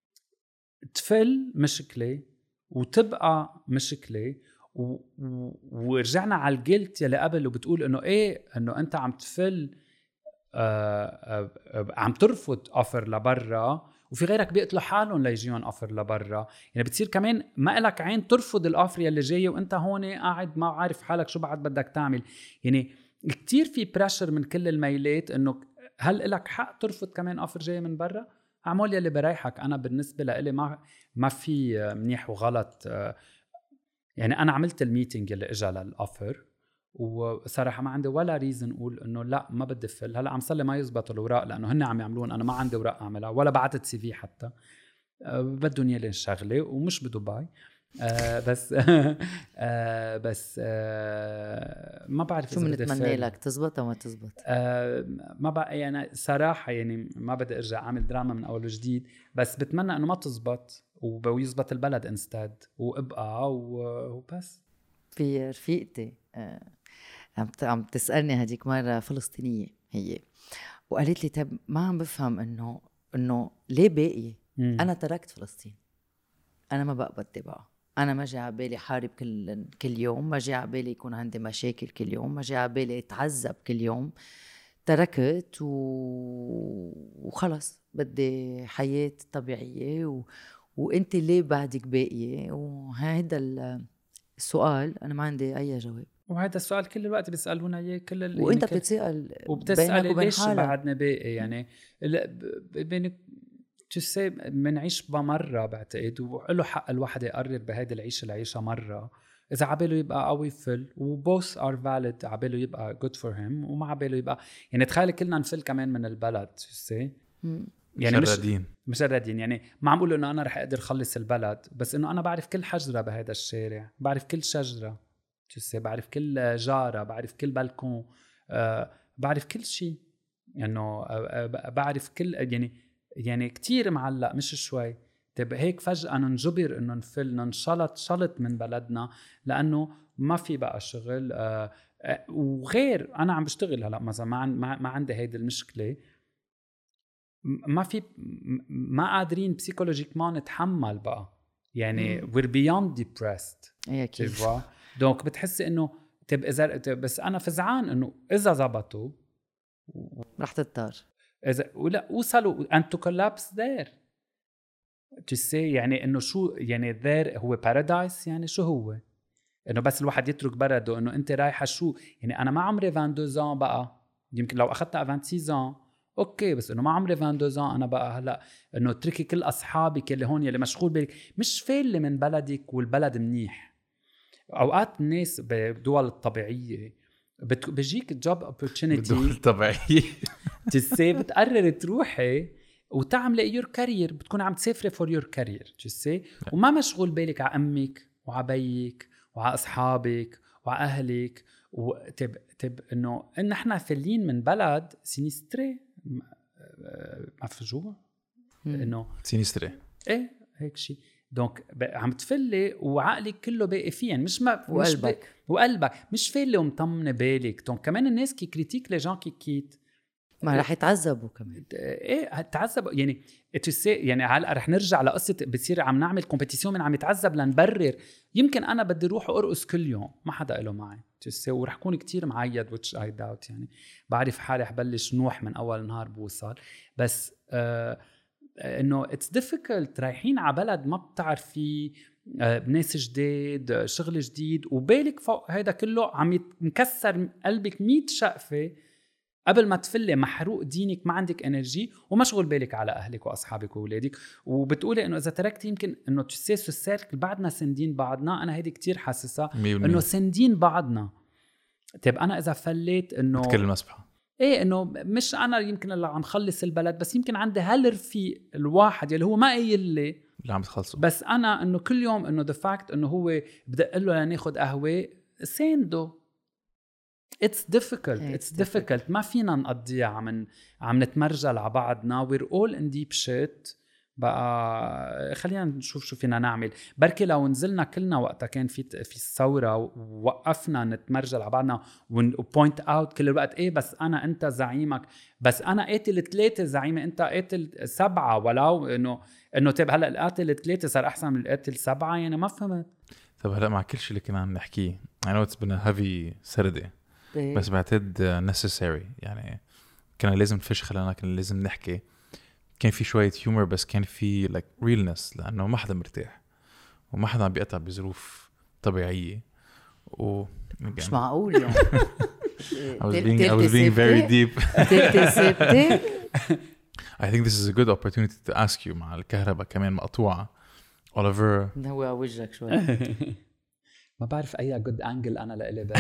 تفل مشكلة وتبقى مشكلة و... ورجعنا على الجلت يلي قبل وبتقول إنه إيه إنه أنت عم تفل آه آه عم ترفض أوفر لبرا وفي غيرك بيقتلوا حالهم ليجيون أوفر لبرا. يعني بتصير كمان ما إلك عين ترفض الأوفر يلي جاي وأنت هون قاعد ما عارف حالك شو بعد بدك تعمل. يعني كتير في بريشر من كل الميلات إنه هل إلك حق ترفض كمان أوفر جاي من برا؟ اعمل يلي بريحك. أنا بالنسبة لإلي ما ما في منيح وغلط. يعني أنا عملت الميتينج اللي إجا للأوفر وصراحة ما عندي ولا ريزن أقول إنه لا ما بدي فل. هلا عم صلي ما يزبط الأوراق لأنه هن عم يعملون أنا ما عندي أوراق أعملها ولا بعتت سي في حتى بدهم يلي الشغلة ومش بدبي. آه بس آه بس آه ما بعرف شو بنتمنى لك تزبط او ما تزبط. آه ما بقى يعني صراحه يعني ما بدي ارجع اعمل دراما من اول وجديد، بس بتمنى انه ما تزبط ويزبط البلد انستاد وابقى وبس. في رفيقتي آه عم عم تسالني هديك مره فلسطينيه هي، وقالت لي طب ما عم بفهم انه انه ليه باقي. مم. انا تركت فلسطين، انا ما بقى بدي بقى، انا ما جاي على بالي حارب كل كل يوم، ما جاي على بالي يكون عندي مشاكل كل يوم، ما جاي على بالي اتعذب كل يوم. تركت و... وخلص بدي حياة طبيعية و... وانت ليه بعدك باقية؟ وهذا السؤال انا ما عندي اي جواب، وهذا السؤال كل الوقت بيسألونا اياه كل ال... وانت يعني بتتسأل وبتسأل ليش بعدنا باقي يعني بين تسي منعيش بمرة بعتقد، وله حق الواحد يقرر بهيدي العيشة العيشة مرة. إذا عباله يبقى قوي فل وبوث ار فاليد، عباله يبقى good for him وما عباله يبقى يعني تخيل كلنا نفل كمان من البلد تسي يعني مشردين مش مشردين يعني ما عم بقول إنه أنا رح أقدر خلص البلد، بس إنه أنا بعرف كل حجرة بهذا الشارع، بعرف كل شجرة تسي، بعرف كل جارة، بعرف كل بالكون، أه بعرف كل شيء يعني أه بعرف كل يعني يعني كتير معلق مش شوي. طيب هيك فجأة ننجبر إنه نفل ننشلط شلط من بلدنا لأنه ما في بقى شغل. آه آه وغير أنا عم بشتغل هلأ مثلا ما, ما, ما عندي هيدي المشكلة، ما في ما قادرين بسيكولوجيك ما نتحمل بقى يعني مم. we're beyond depressed. أي كيف دونك بتحس إنه طيب إذا بس أنا فزعان إنه إذا زبطوا رح تضطر إذا ولا وصلوا and to collapse there to say يعني إنه شو يعني there هو paradise يعني شو هو إنه بس الواحد يترك بلده إنه أنت رايحة شو يعني أنا ما عمري اثنين وعشرين بقى يمكن لو أخذتها ستة وعشرين أوكي بس إنه ما عمري اثنين وعشرين أنا بقى هلأ إنه تركي كل أصحابك اللي هون يلي مشغول بالك مش فيل من بلدك والبلد منيح. أوقات الناس بدول الطبيعية بيجيك جوب اوبورتونيتي بدول الطبيعية تسي بتقرر تروحي وتعملي يور كارير، بتكون عم تسافري فور يور كارير تسي وما مشغول بالك على امك وعلى بيك وعلى اصحابك وعلى اهلك وتب تب انه ان احنا فلين من بلد سينيستري مفجوع انه سينيستري ايه هيك شيء. دونك عم تفلي وعقلك كله باقي فيه يعني مش ما وقلبك مش وقلبك مش فيلي ومطمنه بالك. دونك كمان الناس كي كريتيك لي جان كي كيت ما رح يتعذبوا كمان. ايه تعذبوا يعني تسي يعني هلا رح نرجع لقصه بصير عم نعمل كومبيتيسيون من عم يتعذب لنبرر. يمكن انا بدي اروح ارقص كل يوم ما حدا له معي تسي ورح كون كتير معيد which I doubt يعني بعرف حالي حبلش نوح من اول نهار بوصل بس آه انه it's difficult رايحين على بلد ما بتعرفي ناس جديد شغل جديد وبالك فوق هيدا كله عم مكسر قلبك مية شقفة قبل ما تفلي محروق دينك ما عندك انرجي ومشغول بالك على اهلك واصحابك واولادك وبتقولي انه اذا تركت يمكن انه تسيسو السيركل بعدنا سندين بعضنا. انا هيدي كتير حاسسها انه سندين بعضنا. طيب انا اذا فليت انه بتكلم مسبحة ايه انه مش انا يمكن اللي عم خلص البلد بس يمكن عندي هالرفيق الواحد اللي هو ما قايل لي اللي عم تخلصه بس انا انه كل يوم انه the fact انه هو بدق له لناخد قهوه ساندو. it's difficult yeah, it's difficult ما فينا نقضيها عم عم نتمرجل على بعضنا we're all in deep shit. بقى خلينا نشوف شو فينا نعمل. بركي لو نزلنا كلنا وقتها كان في في الثوره ووقفنا نتمرجل على بعضنا وبوينت اوت كل الوقت ايه بس انا انت زعيمك بس انا قاتل ثلاثه زعيمه انت قاتل سبعه ولو انه انه طيب هلا القاتل ثلاثه صار احسن من القاتل سبعه يعني ما فهمت. طب هلا مع كل شيء اللي كنا عم نحكيه I know it's been a heavy سردة بس بعتقد necessary يعني كان لازم نفش خلالنا كان لازم نحكي كان في شوية humor بس كان في like realness لأنه ما حدا مرتاح وما حدا عم بيقطع بظروف طبيعية و مش معقول يعني I was being I was being very deep. I think this is a good opportunity to ask you مع الكهرباء كمان مقطوعة أوليفر نوع وجهك شوي ما بعرف أي good angle أنا لإلي بس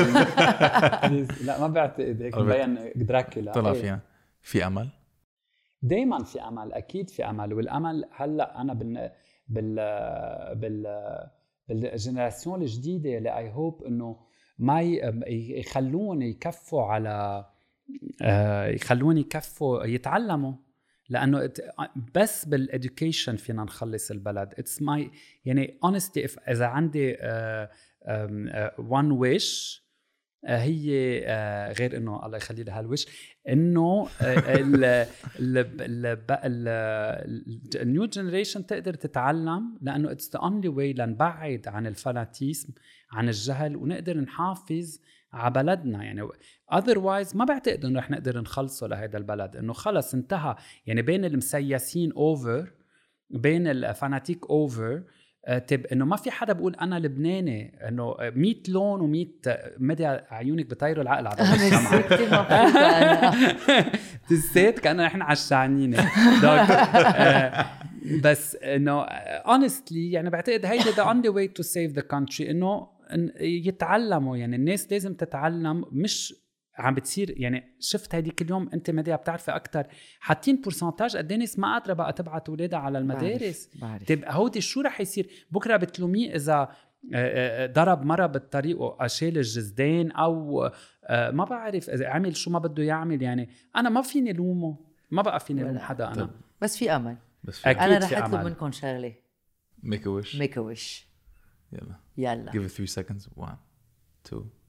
لا ما بعتقد هيك مبين دراكولا طلع فينا في أمل دايما في امل اكيد في امل والامل هلا انا بال بال بال بالجنراسيون الجديده اللي اي هوب انه ما يخلوني يكفوا على يخلوني يكفوا يتعلموا، لانه بس بالاديوكيشن فينا نخلص البلد. اتس ماي يعني honestly if اذا عندي one wish هي غير انه الله يخلي لها الوش انه النيو جنريشن تقدر تتعلم، لانه اتس ذا اونلي واي لنبعد عن الفاناتيزم عن الجهل ونقدر نحافظ على بلدنا. يعني otherwise ما بعتقد انه رح نقدر نخلصه لهذا البلد، انه خلص انتهى. يعني بين المسيسين اوفر، بين الفاناتيك اوفر، تب انه ما في حدا بقول انا لبناني، انه مية لون ومية مدى عيونك بطيروا العقل على تسيت كأنه نحن عشانين. بس انه honestly يعني بعتقد هيدا the only way to save the country، انه يتعلموا. يعني الناس لازم تتعلم، مش عم بتصير يعني شفت هيديك اليوم انت مديا بتعرفي اكتر حاطين برسنتاج قد ايه ناس ما قادره بقى تبعت اولادها على المدارس. طيب هودي شو رح يصير بكره؟ بتلوميه اذا ضرب مره بالطريق واشيل الجزدين او ما بعرف اذا عمل شو ما بده يعمل. يعني انا ما فيني لومه، ما بقى فيني لوم حدا انا. بس في امل. بس في انا رح اطلب منكم شغله. make a wish make a wish يلا يلا give it three seconds one two